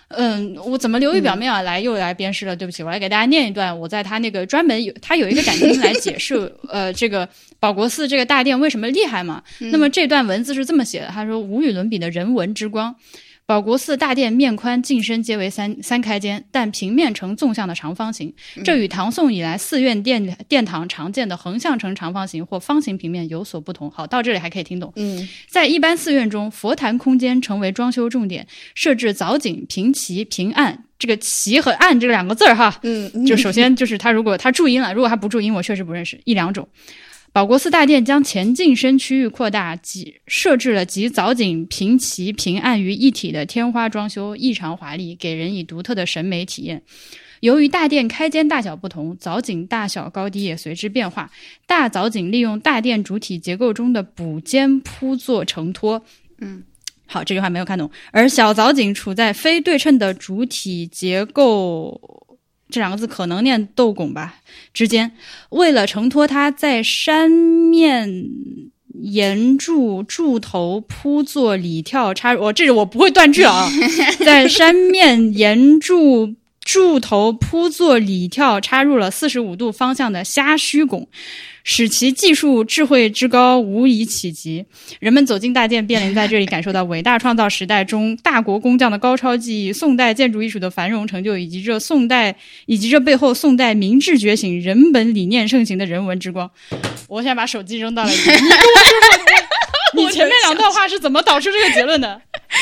嗯，我怎么流于表面啊？来又来鞭尸了，对不起，我来给大家念一段，我在他那个专门有他有一个展厅来解释，呃，这个保国寺这个大殿为什么厉害嘛？ 嗯、 那么这段文字是这么写的，他说无与伦比的人文之光。保国寺大殿面宽进深皆为三三开间，但平面呈纵向的长方形，这与唐宋以来寺院殿殿堂常见的横向呈长方形或方形平面有所不同。好，到这里还可以听懂。 嗯，在一般寺院中，佛坛空间成为装修重点，设置藻井、平齐、平案。这个齐和案这两个字儿哈， 嗯， 就首先就是他如果他注音了，如果他不注音，我确实不认识一两种。保国寺大殿将前进深区域扩大，集设置了集藻井、平齐、平案于一体的天花装修，异常华丽，给人以独特的审美体验。由于大殿开间大小不同，藻井大小高低也随之变化。大藻井利用大殿主体结构中的补间铺做承托。 嗯， 好，这句话没有看懂。而小藻井处在非对称的主体结构。这两个字可能念斗拱吧之间，为了承托它，在山面沿柱柱头铺做里跳插入，我、哦、这个我不会断句啊，在山面沿柱柱头铺做里跳插入了四十五度方向的虾须拱，使其技术智慧之高无以企及。人们走进大殿，便能在这里感受到伟大创造时代中大国工匠的高超技艺，宋代建筑艺术的繁荣成就，以及这宋代以及这背后宋代明智觉醒、人本理念盛行的人文之光。我现在把手机扔到了你，你跟我说说，你前面两段话是怎么导出这个结论的？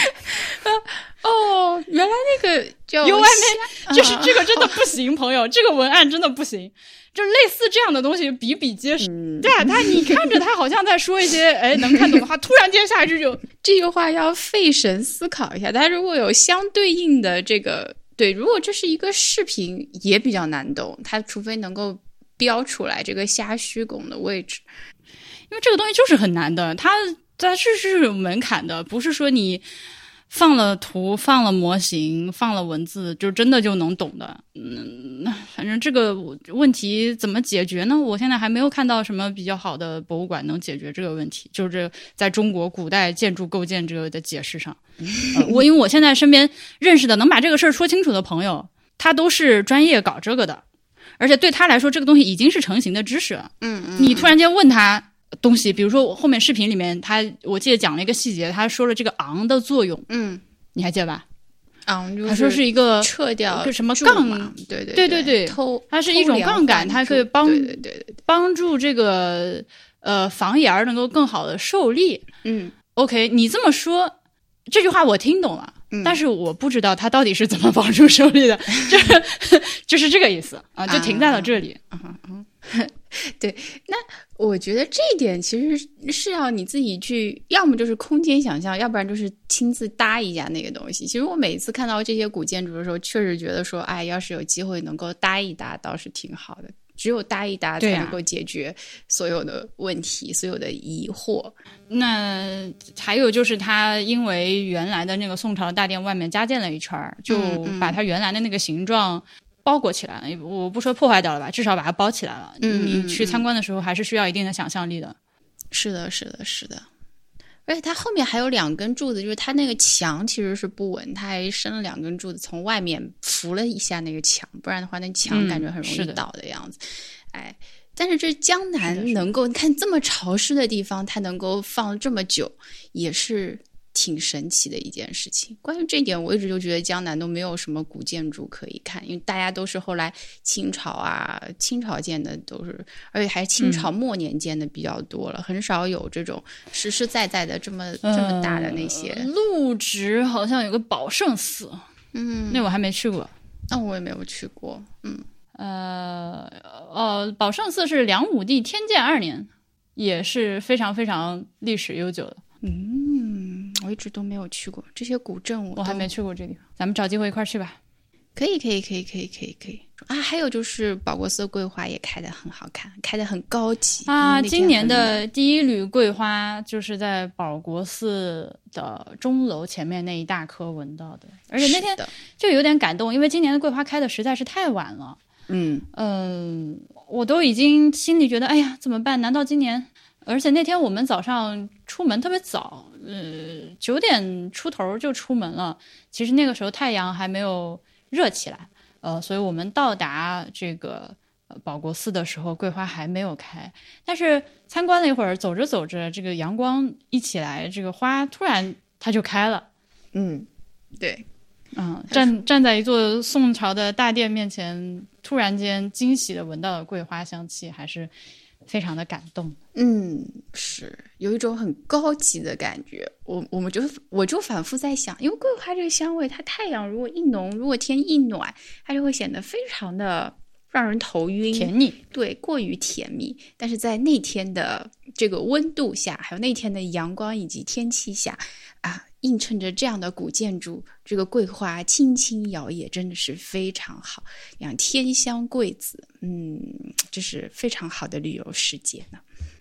哦，原来那个叫有外面就是这个真的不行，朋友，这个文案真的不行。就类似这样的东西比比皆是。嗯、对啊，他你看着他好像在说一些哎能看懂的话，突然间下一句就这个话要费神思考一下。他如果有相对应的这个，对，如果这是一个视频也比较难懂，他除非能够标出来这个虾须拱的位置， 因为这个东西就是很难的，它它是是有门槛的，不是说你放了图、放了模型、放了文字就真的就能懂的。嗯，反正这个问题怎么解决呢？我现在还没有看到什么比较好的博物馆能解决这个问题，就是在中国古代建筑构建这个的解释上。呃、我因为我现在身边认识的能把这个事儿说清楚的朋友，他都是专业搞这个的，而且对他来说这个东西已经是成型的知识了。 嗯嗯， 你突然间问他东西，比如说我后面视频里面他我记得讲了一个细节，他说了这个昂的作用， 嗯， 你还记得吧？ 昂就是他说是一个撤掉一个什么杠， 对对对对对，它是一种杠杆，它可以帮对对对对帮助这个呃房檐能够更好的受力。 嗯 ，OK， 你这么说这句话我听懂了。 嗯、 但是我不知道它到底是怎么帮助受力的，就是就是这个意思啊，就停在了这里。 啊啊啊、对，那我觉得这一点其实是要你自己去，要么就是空间想象，要不然就是亲自搭一下那个东西。其实我每次看到这些古建筑的时候，确实觉得说，哎，要是有机会能够搭一搭，倒是挺好的。只有搭一搭才能够解决所有的问题、啊、所有的疑惑。 那还有就是它因为原来的那个宋朝大殿外面加建了一圈，就把它原来的那个形状包裹起来了、嗯嗯、我不说破坏掉了吧，至少把它包起来了。 嗯， 你去参观的时候还是需要一定的想象力的。 是的是的是的，而且它后面还有两根柱子，就是它那个墙其实是不稳，它还伸了两根柱子从外面扶了一下那个墙，不然的话那墙感觉很容易倒的样子、嗯、哎，但是这江南能够看这么潮湿的地方，它能够放这么久也是挺神奇的一件事情。关于这一点我一直就觉得江南都没有什么古建筑可以看，因为大家都是后来清朝啊清朝建的，都是而且还是清朝末年建的比较多了、嗯、很少有这种实实在在的这么、呃、这么大的那些。 陆直好像有个宝圣寺， 嗯， 那我还没去过。 那、哦、我也没有去过。嗯呃哦，宝圣寺是梁武帝天监二年，也是非常非常历史悠久的。 嗯，我一直都没有去过这些古镇我， 我还没去过这地方，咱们找机会一块去吧。 可以可以可以可以可以可以啊！还有就是保国寺桂花也开得很好看，开得很高级啊！今年的第一缕桂花就是在保国寺的钟楼前面那一大棵闻到的，而且那天就有点感动，因为今年的桂花开的实在是太晚了。 嗯嗯、呃，我都已经心里觉得，哎呀，怎么办？难道今年而且那天我们早上出门特别早，呃，九点出头就出门了。其实那个时候太阳还没有热起来，呃，所以我们到达这个呃保国寺的时候，桂花还没有开。但是参观了一会儿，走着走着，这个阳光一起来，这个花突然它就开了。 嗯，对。 嗯，站站在一座宋朝的大殿面前，突然间惊喜的闻到了桂花香气，还是非常的感动。 嗯，是有一种很高级的感觉。我我们就我就反复在想，因为桂花这个香味，它太阳如果一浓，如果天一暖，它就会显得非常的让人头晕， 甜腻， 对，过于甜蜜。但是在那天的这个温度下，还有那天的阳光以及天气下啊，映衬着这样的古建筑，这个桂花轻轻摇曳，真的是非常好。养天香桂子，嗯，这是非常好的旅游时节呢。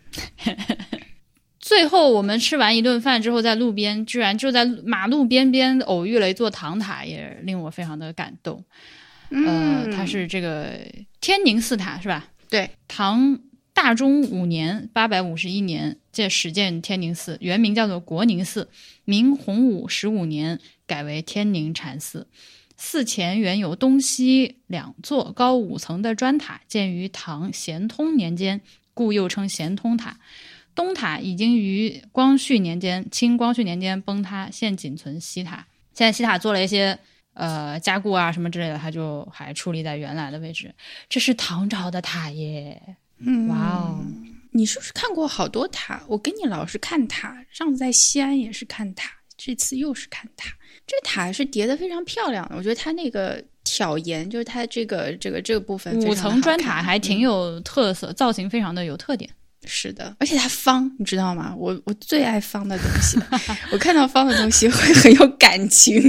最后我们吃完一顿饭之后，在路边居然就在马路边边偶遇了一座唐塔，也令我非常的感动。 嗯、 呃，它是这个天宁寺塔是吧？ 对， 唐大中五年八百五十一年借始建天宁寺，原名叫做国宁寺，明洪武十五年改为天宁禅寺。寺前原有东西两座高五层的砖塔，建于唐咸通年间，故又称咸通塔。东塔已经于光绪年间清光绪年间崩塌，现仅存西塔。现在西塔做了一些呃加固啊什么之类的，它就还矗立在原来的位置。这是唐朝的塔耶。 嗯， 哇哦！ 你是不是看过好多塔？我跟你老是看塔，上次在西安也是看塔，这次又是看塔。这个塔是叠得非常漂亮的，我觉得它那个挑檐，就是它这个这个这个部分五层砖塔还挺有特色、嗯、造型非常的有特点。 是的，而且它方，你知道吗？我我最爱方的东西了我看到方的东西会很有感情。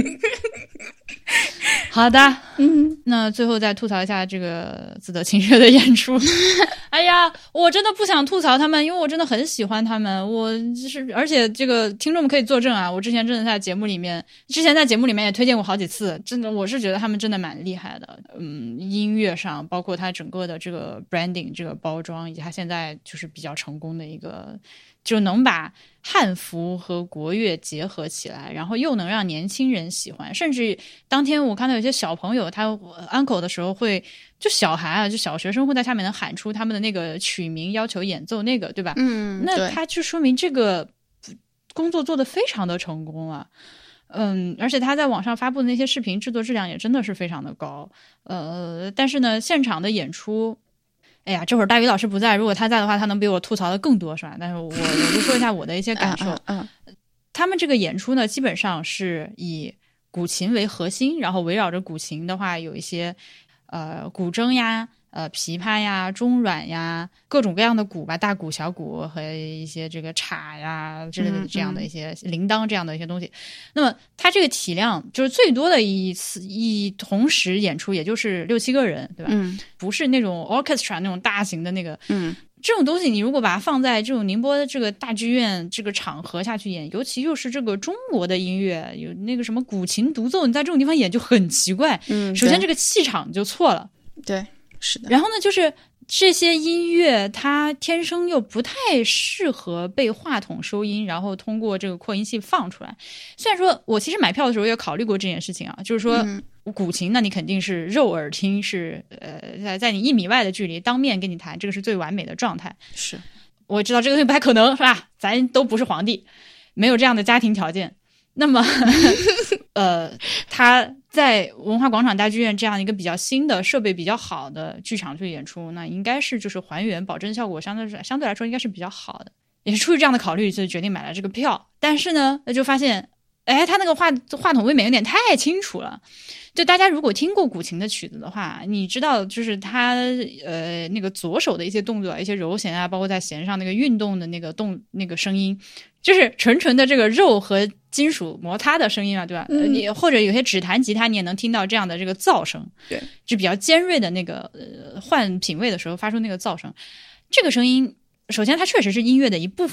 好的， 嗯， 那最后再吐槽一下这个自得其乐的演出。哎呀，我真的不想吐槽他们，因为我真的很喜欢他们。我就是而且这个听众们可以作证啊，我之前真的在节目里面，之前在节目里面也推荐过好几次，真的我是觉得他们真的蛮厉害的。嗯，音乐上，包括他整个的这个 branding 这个包装，以及他现在就是比较成功的一个，就能把汉服和国乐结合起来，然后又能让年轻人喜欢。甚至当天我看到有些小朋友他安口的时候会，就小孩啊，就小学生会在下面能喊出他们的那个曲名，要求演奏那个，对吧？ 嗯， 那他就说明这个工作做得非常的成功啊。嗯，而且他在网上发布的那些视频制作质量也真的是非常的高。呃，但是呢，现场的演出，哎呀，这会儿大鱼老师不在，如果他在的话，他能比我吐槽的更多，是吧？但是我我就说一下我的一些感受。 嗯，嗯嗯他们这个演出呢，基本上是以古琴为核心，然后围绕着古琴的话，有一些呃古筝呀、呃琵琶呀、中阮呀，各种各样的鼓吧，大鼓、小鼓和一些这个镲呀之类的这样的一些铃铛这样的一些东西。嗯嗯那么它这个体量就是最多的一次一同时演出，也就是六七个人，对吧？ 嗯， 不是那种 orchestra 那种大型的那个， 嗯。 这种东西你如果把它放在这种宁波的这个大剧院这个场合下去演，尤其又是这个中国的音乐，有那个什么古琴独奏，你在这种地方演就很奇怪。 嗯， 首先这个气场就错了。 对，是的。 然后呢，就是这些音乐它天生又不太适合被话筒收音，然后通过这个扩音器放出来。虽然说我其实买票的时候也考虑过这件事情啊，就是说、嗯、古琴那你肯定是肉耳听，是呃在在你一米外的距离当面跟你弹，这个是最完美的状态。 是， 我知道这个东西不太可能，是吧？咱都不是皇帝，没有这样的家庭条件。那么呃他在文化广场大剧院这样一个比较新的设备比较好的剧场去演出，那应该是就是还原保证效果相对相对来说应该是比较好的，也是出于这样的考虑就决定买了这个票。但是呢就发现哎他那个话话筒未免有点太清楚了。就大家如果听过古琴的曲子的话，你知道就是他呃那个左手的一些动作，一些揉弦啊，包括在弦上那个运动的那个动那个声音，就是纯纯的这个肉和金属摩擦的声音啊，对吧？嗯、你或者有些指弹吉他你也能听到这样的这个噪声， 对， 就比较尖锐的那个呃换品位的时候发出那个噪声。这个声音首先它确实是音乐的一部分，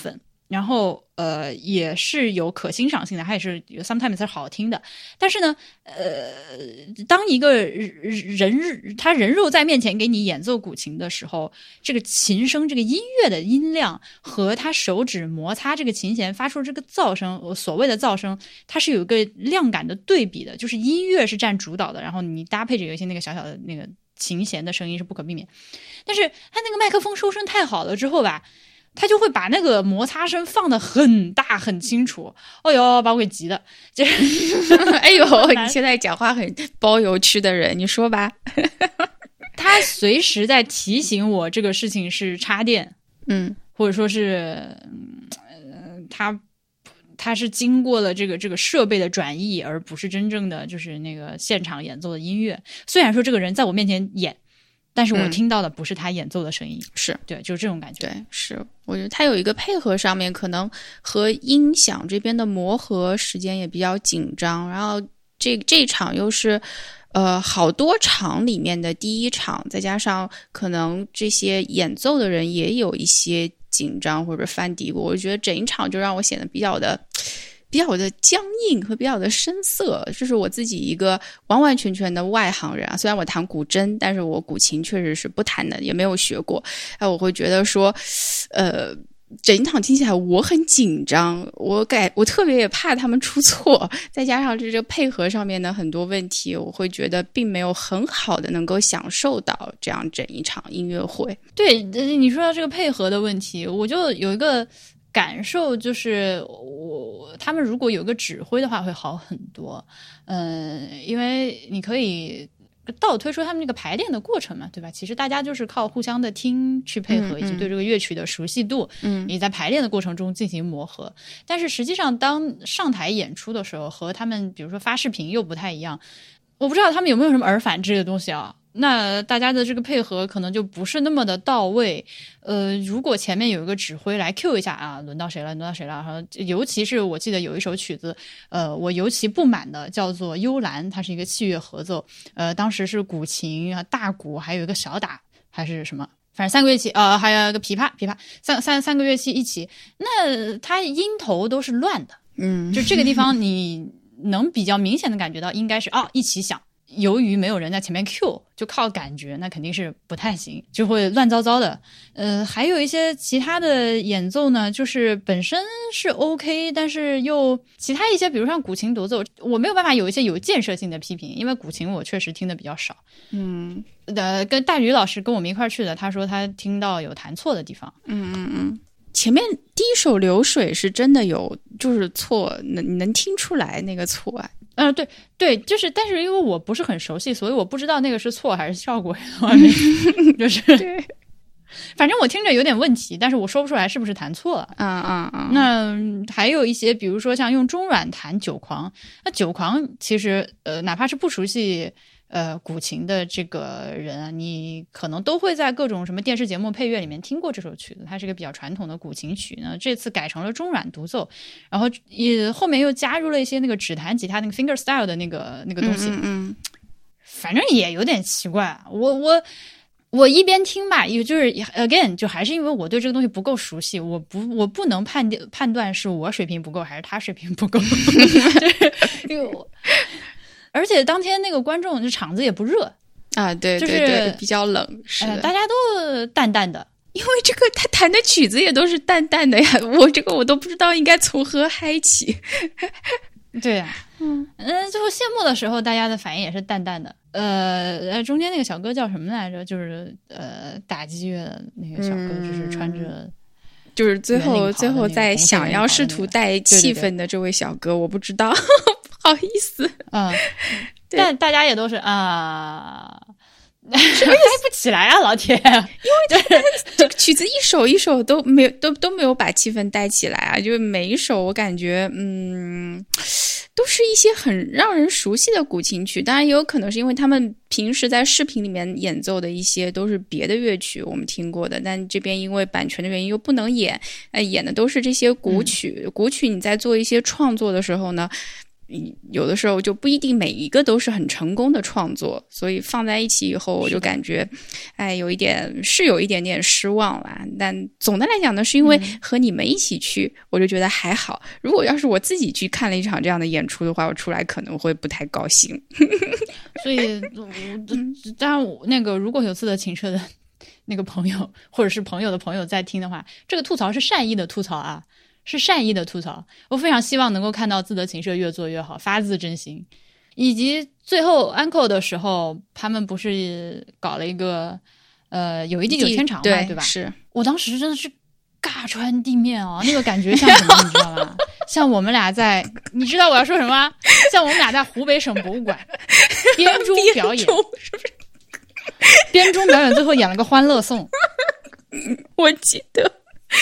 然后呃也是有可欣赏性的，它也是 sometimes 是好听的。但是呢，呃，当一个人他人肉在面前给你演奏古琴的时候，这个琴声、这个音乐的音量和他手指摩擦这个琴弦发出这个噪声，所谓的噪声，它是有一个量感的对比的，就是音乐是占主导的，然后你搭配着有一些那个小小的那个琴弦的声音是不可避免。但是他那个麦克风收声太好了之后吧，他就会把那个摩擦声放得很大很清楚，哦哟，把我给急的。 哎呦，你现在讲话很包邮区的人，你说吧。 他随时在提醒我这个事情是插电， 嗯， 或者说是，呃，他他是经过了这个这个设备的转译，而不是真正的就是那个现场演奏的音乐。虽然说这个人在我面前演，但是我听到的不是他演奏的声音， 嗯、是对，就是这种感觉。 对，是，我觉得他有一个配合上面可能和音响这边的磨合时间也比较紧张，然后这这场又是呃好多场里面的第一场，再加上可能这些演奏的人也有一些紧张或者翻嘀咕，我觉得整一场就让我显得比较的。比较的僵硬和比较的生涩，这是我自己一个完完全全的外行人啊。虽然我弹古筝，但是我古琴确实是不弹的，也没有学过。哎，我会觉得说，呃，整一场听起来我很紧张，我感我特别也怕他们出错，再加上这个配合上面的很多问题，我会觉得并没有很好的能够享受到这样整一场音乐会。 对，你说到这个配合的问题，我就有一个感受，就是我他们如果有个指挥的话会好很多。嗯、呃，因为你可以倒推出他们这个排练的过程嘛，对吧？其实大家就是靠互相的听去配合，以及对这个乐曲的熟悉度，嗯，你在排练的过程中进行磨合。但是实际上当上台演出的时候，和他们比如说发视频又不太一样。我不知道他们有没有什么耳返这个东西啊，那大家的这个配合可能就不是那么的到位。呃，如果前面有一个指挥来 cue 一下啊，轮到谁了，轮到谁了，然后尤其是我记得有一首曲子，呃，我尤其不满的叫做《幽兰》，它是一个器乐合奏，呃，当时是古琴、大鼓，还有一个小打，还是什么。反正三个乐器，呃，还有一个琵琶，琵琶三三三个乐器一起，那它音头都是乱的， 嗯， 就这个地方你能比较明显的感觉到应该是啊一起响。由于没有人在前面 cue， 就靠感觉，那肯定是不太行，就会乱糟糟的。呃，还有一些其他的演奏呢，就是本身是 OK， 但是又其他一些，比如像古琴独奏，我没有办法有一些有建设性的批评，因为古琴我确实听的比较少。 嗯， 呃，跟大宇老师跟我们一块儿去的，他说他听到有弹错的地方。 嗯嗯嗯。前面第一首流水是真的有就是错，能能听出来那个错啊。 呃，对对，就是，但是因为我不是很熟悉，所以我不知道那个是错还是效果，就是，反正我听着有点问题，但是我说不出来是不是弹错了。 嗯嗯嗯。 那还有一些，比如说像用中阮弹九狂，那九狂其实呃，哪怕是不熟悉呃古琴的这个人啊，你可能都会在各种什么电视节目配乐里面听过这首曲子，它是一个比较传统的古琴曲呢。这次改成了中阮独奏，然后也后面又加入了一些那个指弹吉他那个 finger style 的那个那个东西， 嗯嗯， 反正也有点奇怪。我我我一边听吧，也就是 again 就还是因为我对这个东西不够熟悉，我不我不能判定判断是我水平不够还是他水平不够，就是因为我。而且当天那个观众，这场子也不热啊，对对对，就是、比较冷，是的、 呃，大家都淡淡的。 因为这个他弹的曲子也都是淡淡的呀，我这个我都不知道应该从何嗨起。 对呀、啊，嗯嗯，最后谢幕的时候，大家的反应也是淡淡的。呃，中间那个小哥叫什么来着？就是呃，打击乐的那个小哥，嗯、就是穿着。 就是最后最后在想要试图带气氛的这位小哥，我不知道，不好意思。 嗯，但大家也都是啊，嗨不起来啊，老铁，因为这个曲子一首一首都没有都都没有把气氛带起来啊，就是每一首我感觉嗯。都是一些很让人熟悉的古琴曲，当然也有可能是因为他们平时在视频里面演奏的一些都是别的乐曲我们听过的，但这边因为版权的原因又不能演，呃，演的都是这些古曲、嗯、古曲你在做一些创作的时候呢， 有的时候就不一定每一个都是很成功的创作，所以放在一起以后我就感觉哎，有一点是有一点点失望啦。但总的来讲呢，是因为和你们一起去、嗯、我就觉得还好，如果要是我自己去看了一场这样的演出的话，我出来可能会不太高兴。 所以当然那个如果有自得情社的那个朋友或者是朋友的朋友在听的话，这个吐槽是善意的吐槽啊，是善意的吐槽，我非常希望能够看到自得情社越做越好，发自真心。以及最后 encore 的时候，他们不是搞了一个呃有一地久天长嘛， 对, 对吧？ 是我当时真的是尬穿地面啊，那个感觉像什么你知道吗？像我们俩在，你知道我要说什么吗？像我们俩在湖北省博物馆编钟表演，是不是？编钟表演最后演了个欢乐颂， 我记得。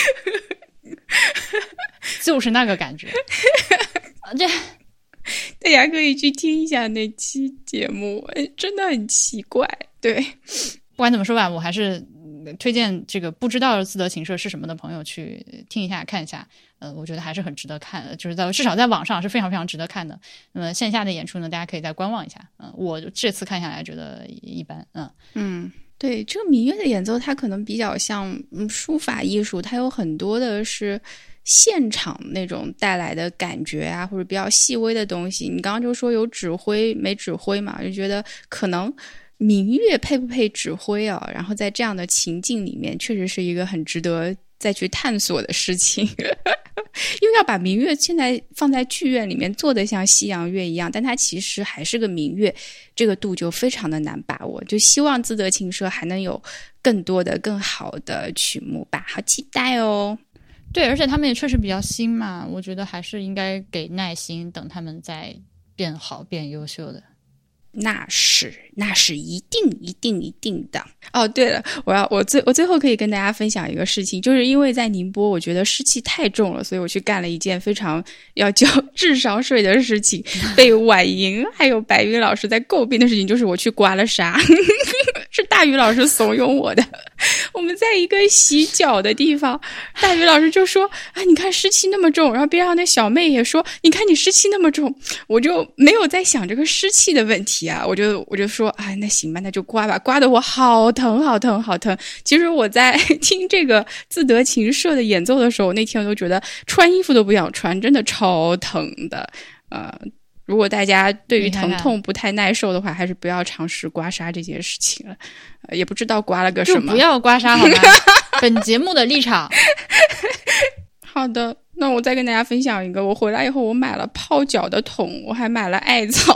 就是那个感觉。这大家可以去听一下那期节目，真的很奇怪。对， 不管怎么说吧，我还是推荐这个不知道自得情社是什么的朋友去听一下看一下，呃，我觉得还是很值得看的，就是在至少在网上是非常非常值得看的。那么线下的演出呢，大家可以再观望一下。嗯、呃，我这次看下来觉得一般。嗯嗯。对，这个民乐的演奏它可能比较像嗯书法艺术，它有很多的是现场那种带来的感觉啊，或者比较细微的东西。你刚刚就说有指挥没指挥嘛，就觉得可能民乐配不配指挥啊，然后在这样的情境里面确实是一个很值得再去探索的事情。因为要把民乐现在放在剧院里面做得像西洋乐一样，但它其实还是个民乐，这个度就非常的难把握。就希望自得情社还能有更多的更好的曲目吧，好期待哦。 对，而且他们也确实比较新嘛，我觉得还是应该给耐心，等他们再变好变优秀的。 那是那是一定一定一定的哦。对了，我要我最我最后可以跟大家分享一个事情，就是因为在宁波，我觉得湿气太重了，所以我去干了一件非常要交智商税的事情，被婉莹还有白云老师在诟病的事情，就是我去刮了痧。是大宇老师怂恿我的。我们在一个洗脚的地方，大宇老师就说啊，你看湿气那么重，然后边上那小妹也说你看你湿气那么重，我就没有在想这个湿气的问题啊，我就我就说哎，那行吧，那就刮吧，刮得我好疼好疼好疼。其实我在听这个自得情社的演奏的时候，那天我都觉得穿衣服都不想穿，真的超疼的。呃如果大家对于疼痛不太耐受的话，看看还是不要尝试刮痧这件事情了。呃、也不知道刮了个什么， 就不要刮痧好吗？本节目的立场。 好的，那我再跟大家分享一个，我回来以后我买了泡脚的桶，我还买了艾草。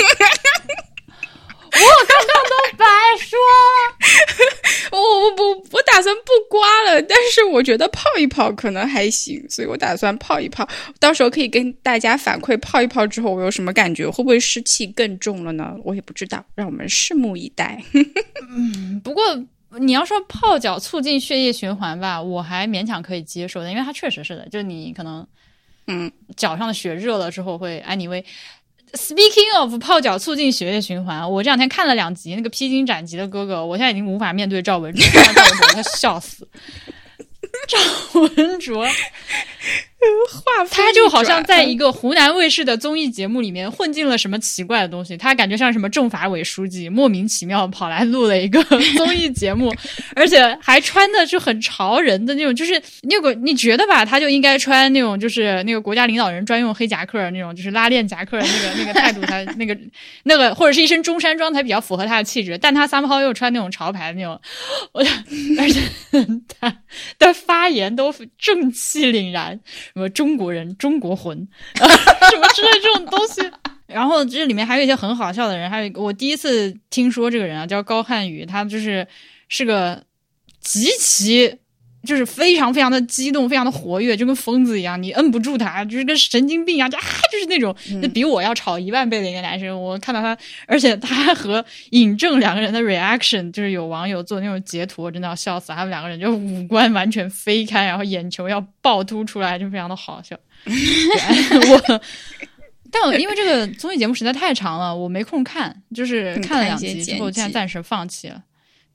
我刚刚都白说我我不我打算不刮了，但是我觉得泡一泡可能还行，所以我打算泡一泡，到时候可以跟大家反馈泡一泡之后我有什么感觉，会不会湿气更重了呢？我也不知道，让我们拭目以待。 嗯，不过你要说泡脚促进血液循环吧，我还勉强可以接受的，因为它确实是的，就你可能嗯脚上的血热了之后会anyway。Speaking of 泡脚促进血液循环，我这两天看了两集那个披荆斩棘的哥哥，我现在已经无法面对赵文卓，赵文卓他笑死。赵文卓他就好像在一个湖南卫视的综艺节目里面混进了什么奇怪的东西，他感觉像什么政法委书记，莫名其妙跑来录了一个综艺节目，而且还穿的就很潮人的那种，就是那个你觉得吧，他就应该穿那种就是那个国家领导人专用黑夹克那种，就是拉链夹克那个那个态度，他那个那个或者是一身中山装才比较符合他的气质，但他 somehow 又穿那种潮牌的那种，我而且他的发言都正气凛然，什么中国人中国魂什么之类这种东西。然后这里面还有一些很好笑的人，还有一个我第一次听说这个人啊，叫高瀚宇，他就是是个极其就是非常非常的激动，非常的活跃，就跟疯子一样，你摁不住他，就是跟神经病一样，就啊，就是那种就比我要吵一万倍的一个男生。我看到他，而且他和尹正两个人的 reaction， 就是有网友做那种截图，我真的要笑死，他们两个人就五官完全飞开，然后眼球要爆凸出来，就非常的好笑。我但我因为这个综艺节目实在太长了，我没空看，就是看了两集之后，现在暂时放弃了。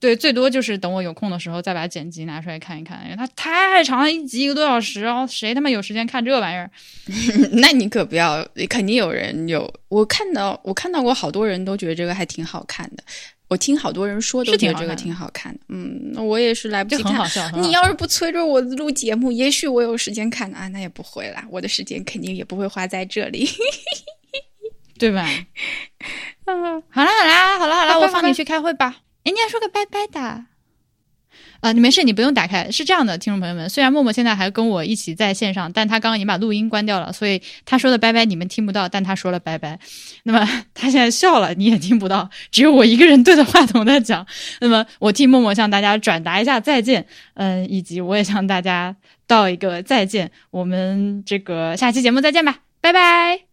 对，最多就是等我有空的时候再把剪辑拿出来看一看，因为它太长了，一集一个多小时，然后谁他妈有时间看这玩意儿？ 那你可不要，肯定有人有，我看到我看到过好多人都觉得这个还挺好看的。我听好多人说都觉得这个挺好看的，嗯，我也是来不及看。 很好笑， 你要是不催着我录节目，也许我有时间看啊，那也不会啦，我的时间肯定也不会花在这里， 对吧？嗯，好啦好啦好啦好啦，我放你去开会吧。哎，你还说个拜拜的。啊，你没事，你不用打开。是这样的，听众朋友们，虽然默默现在还跟我一起在线上，但他刚刚已经把录音关掉了，所以他说的拜拜你们听不到，但他说了拜拜。那么他现在笑了，你也听不到，只有我一个人对着话筒在讲。那么我替默默向大家转达一下再见，嗯、呃，以及我也向大家道一个再见。我们这个下期节目再见吧，拜拜。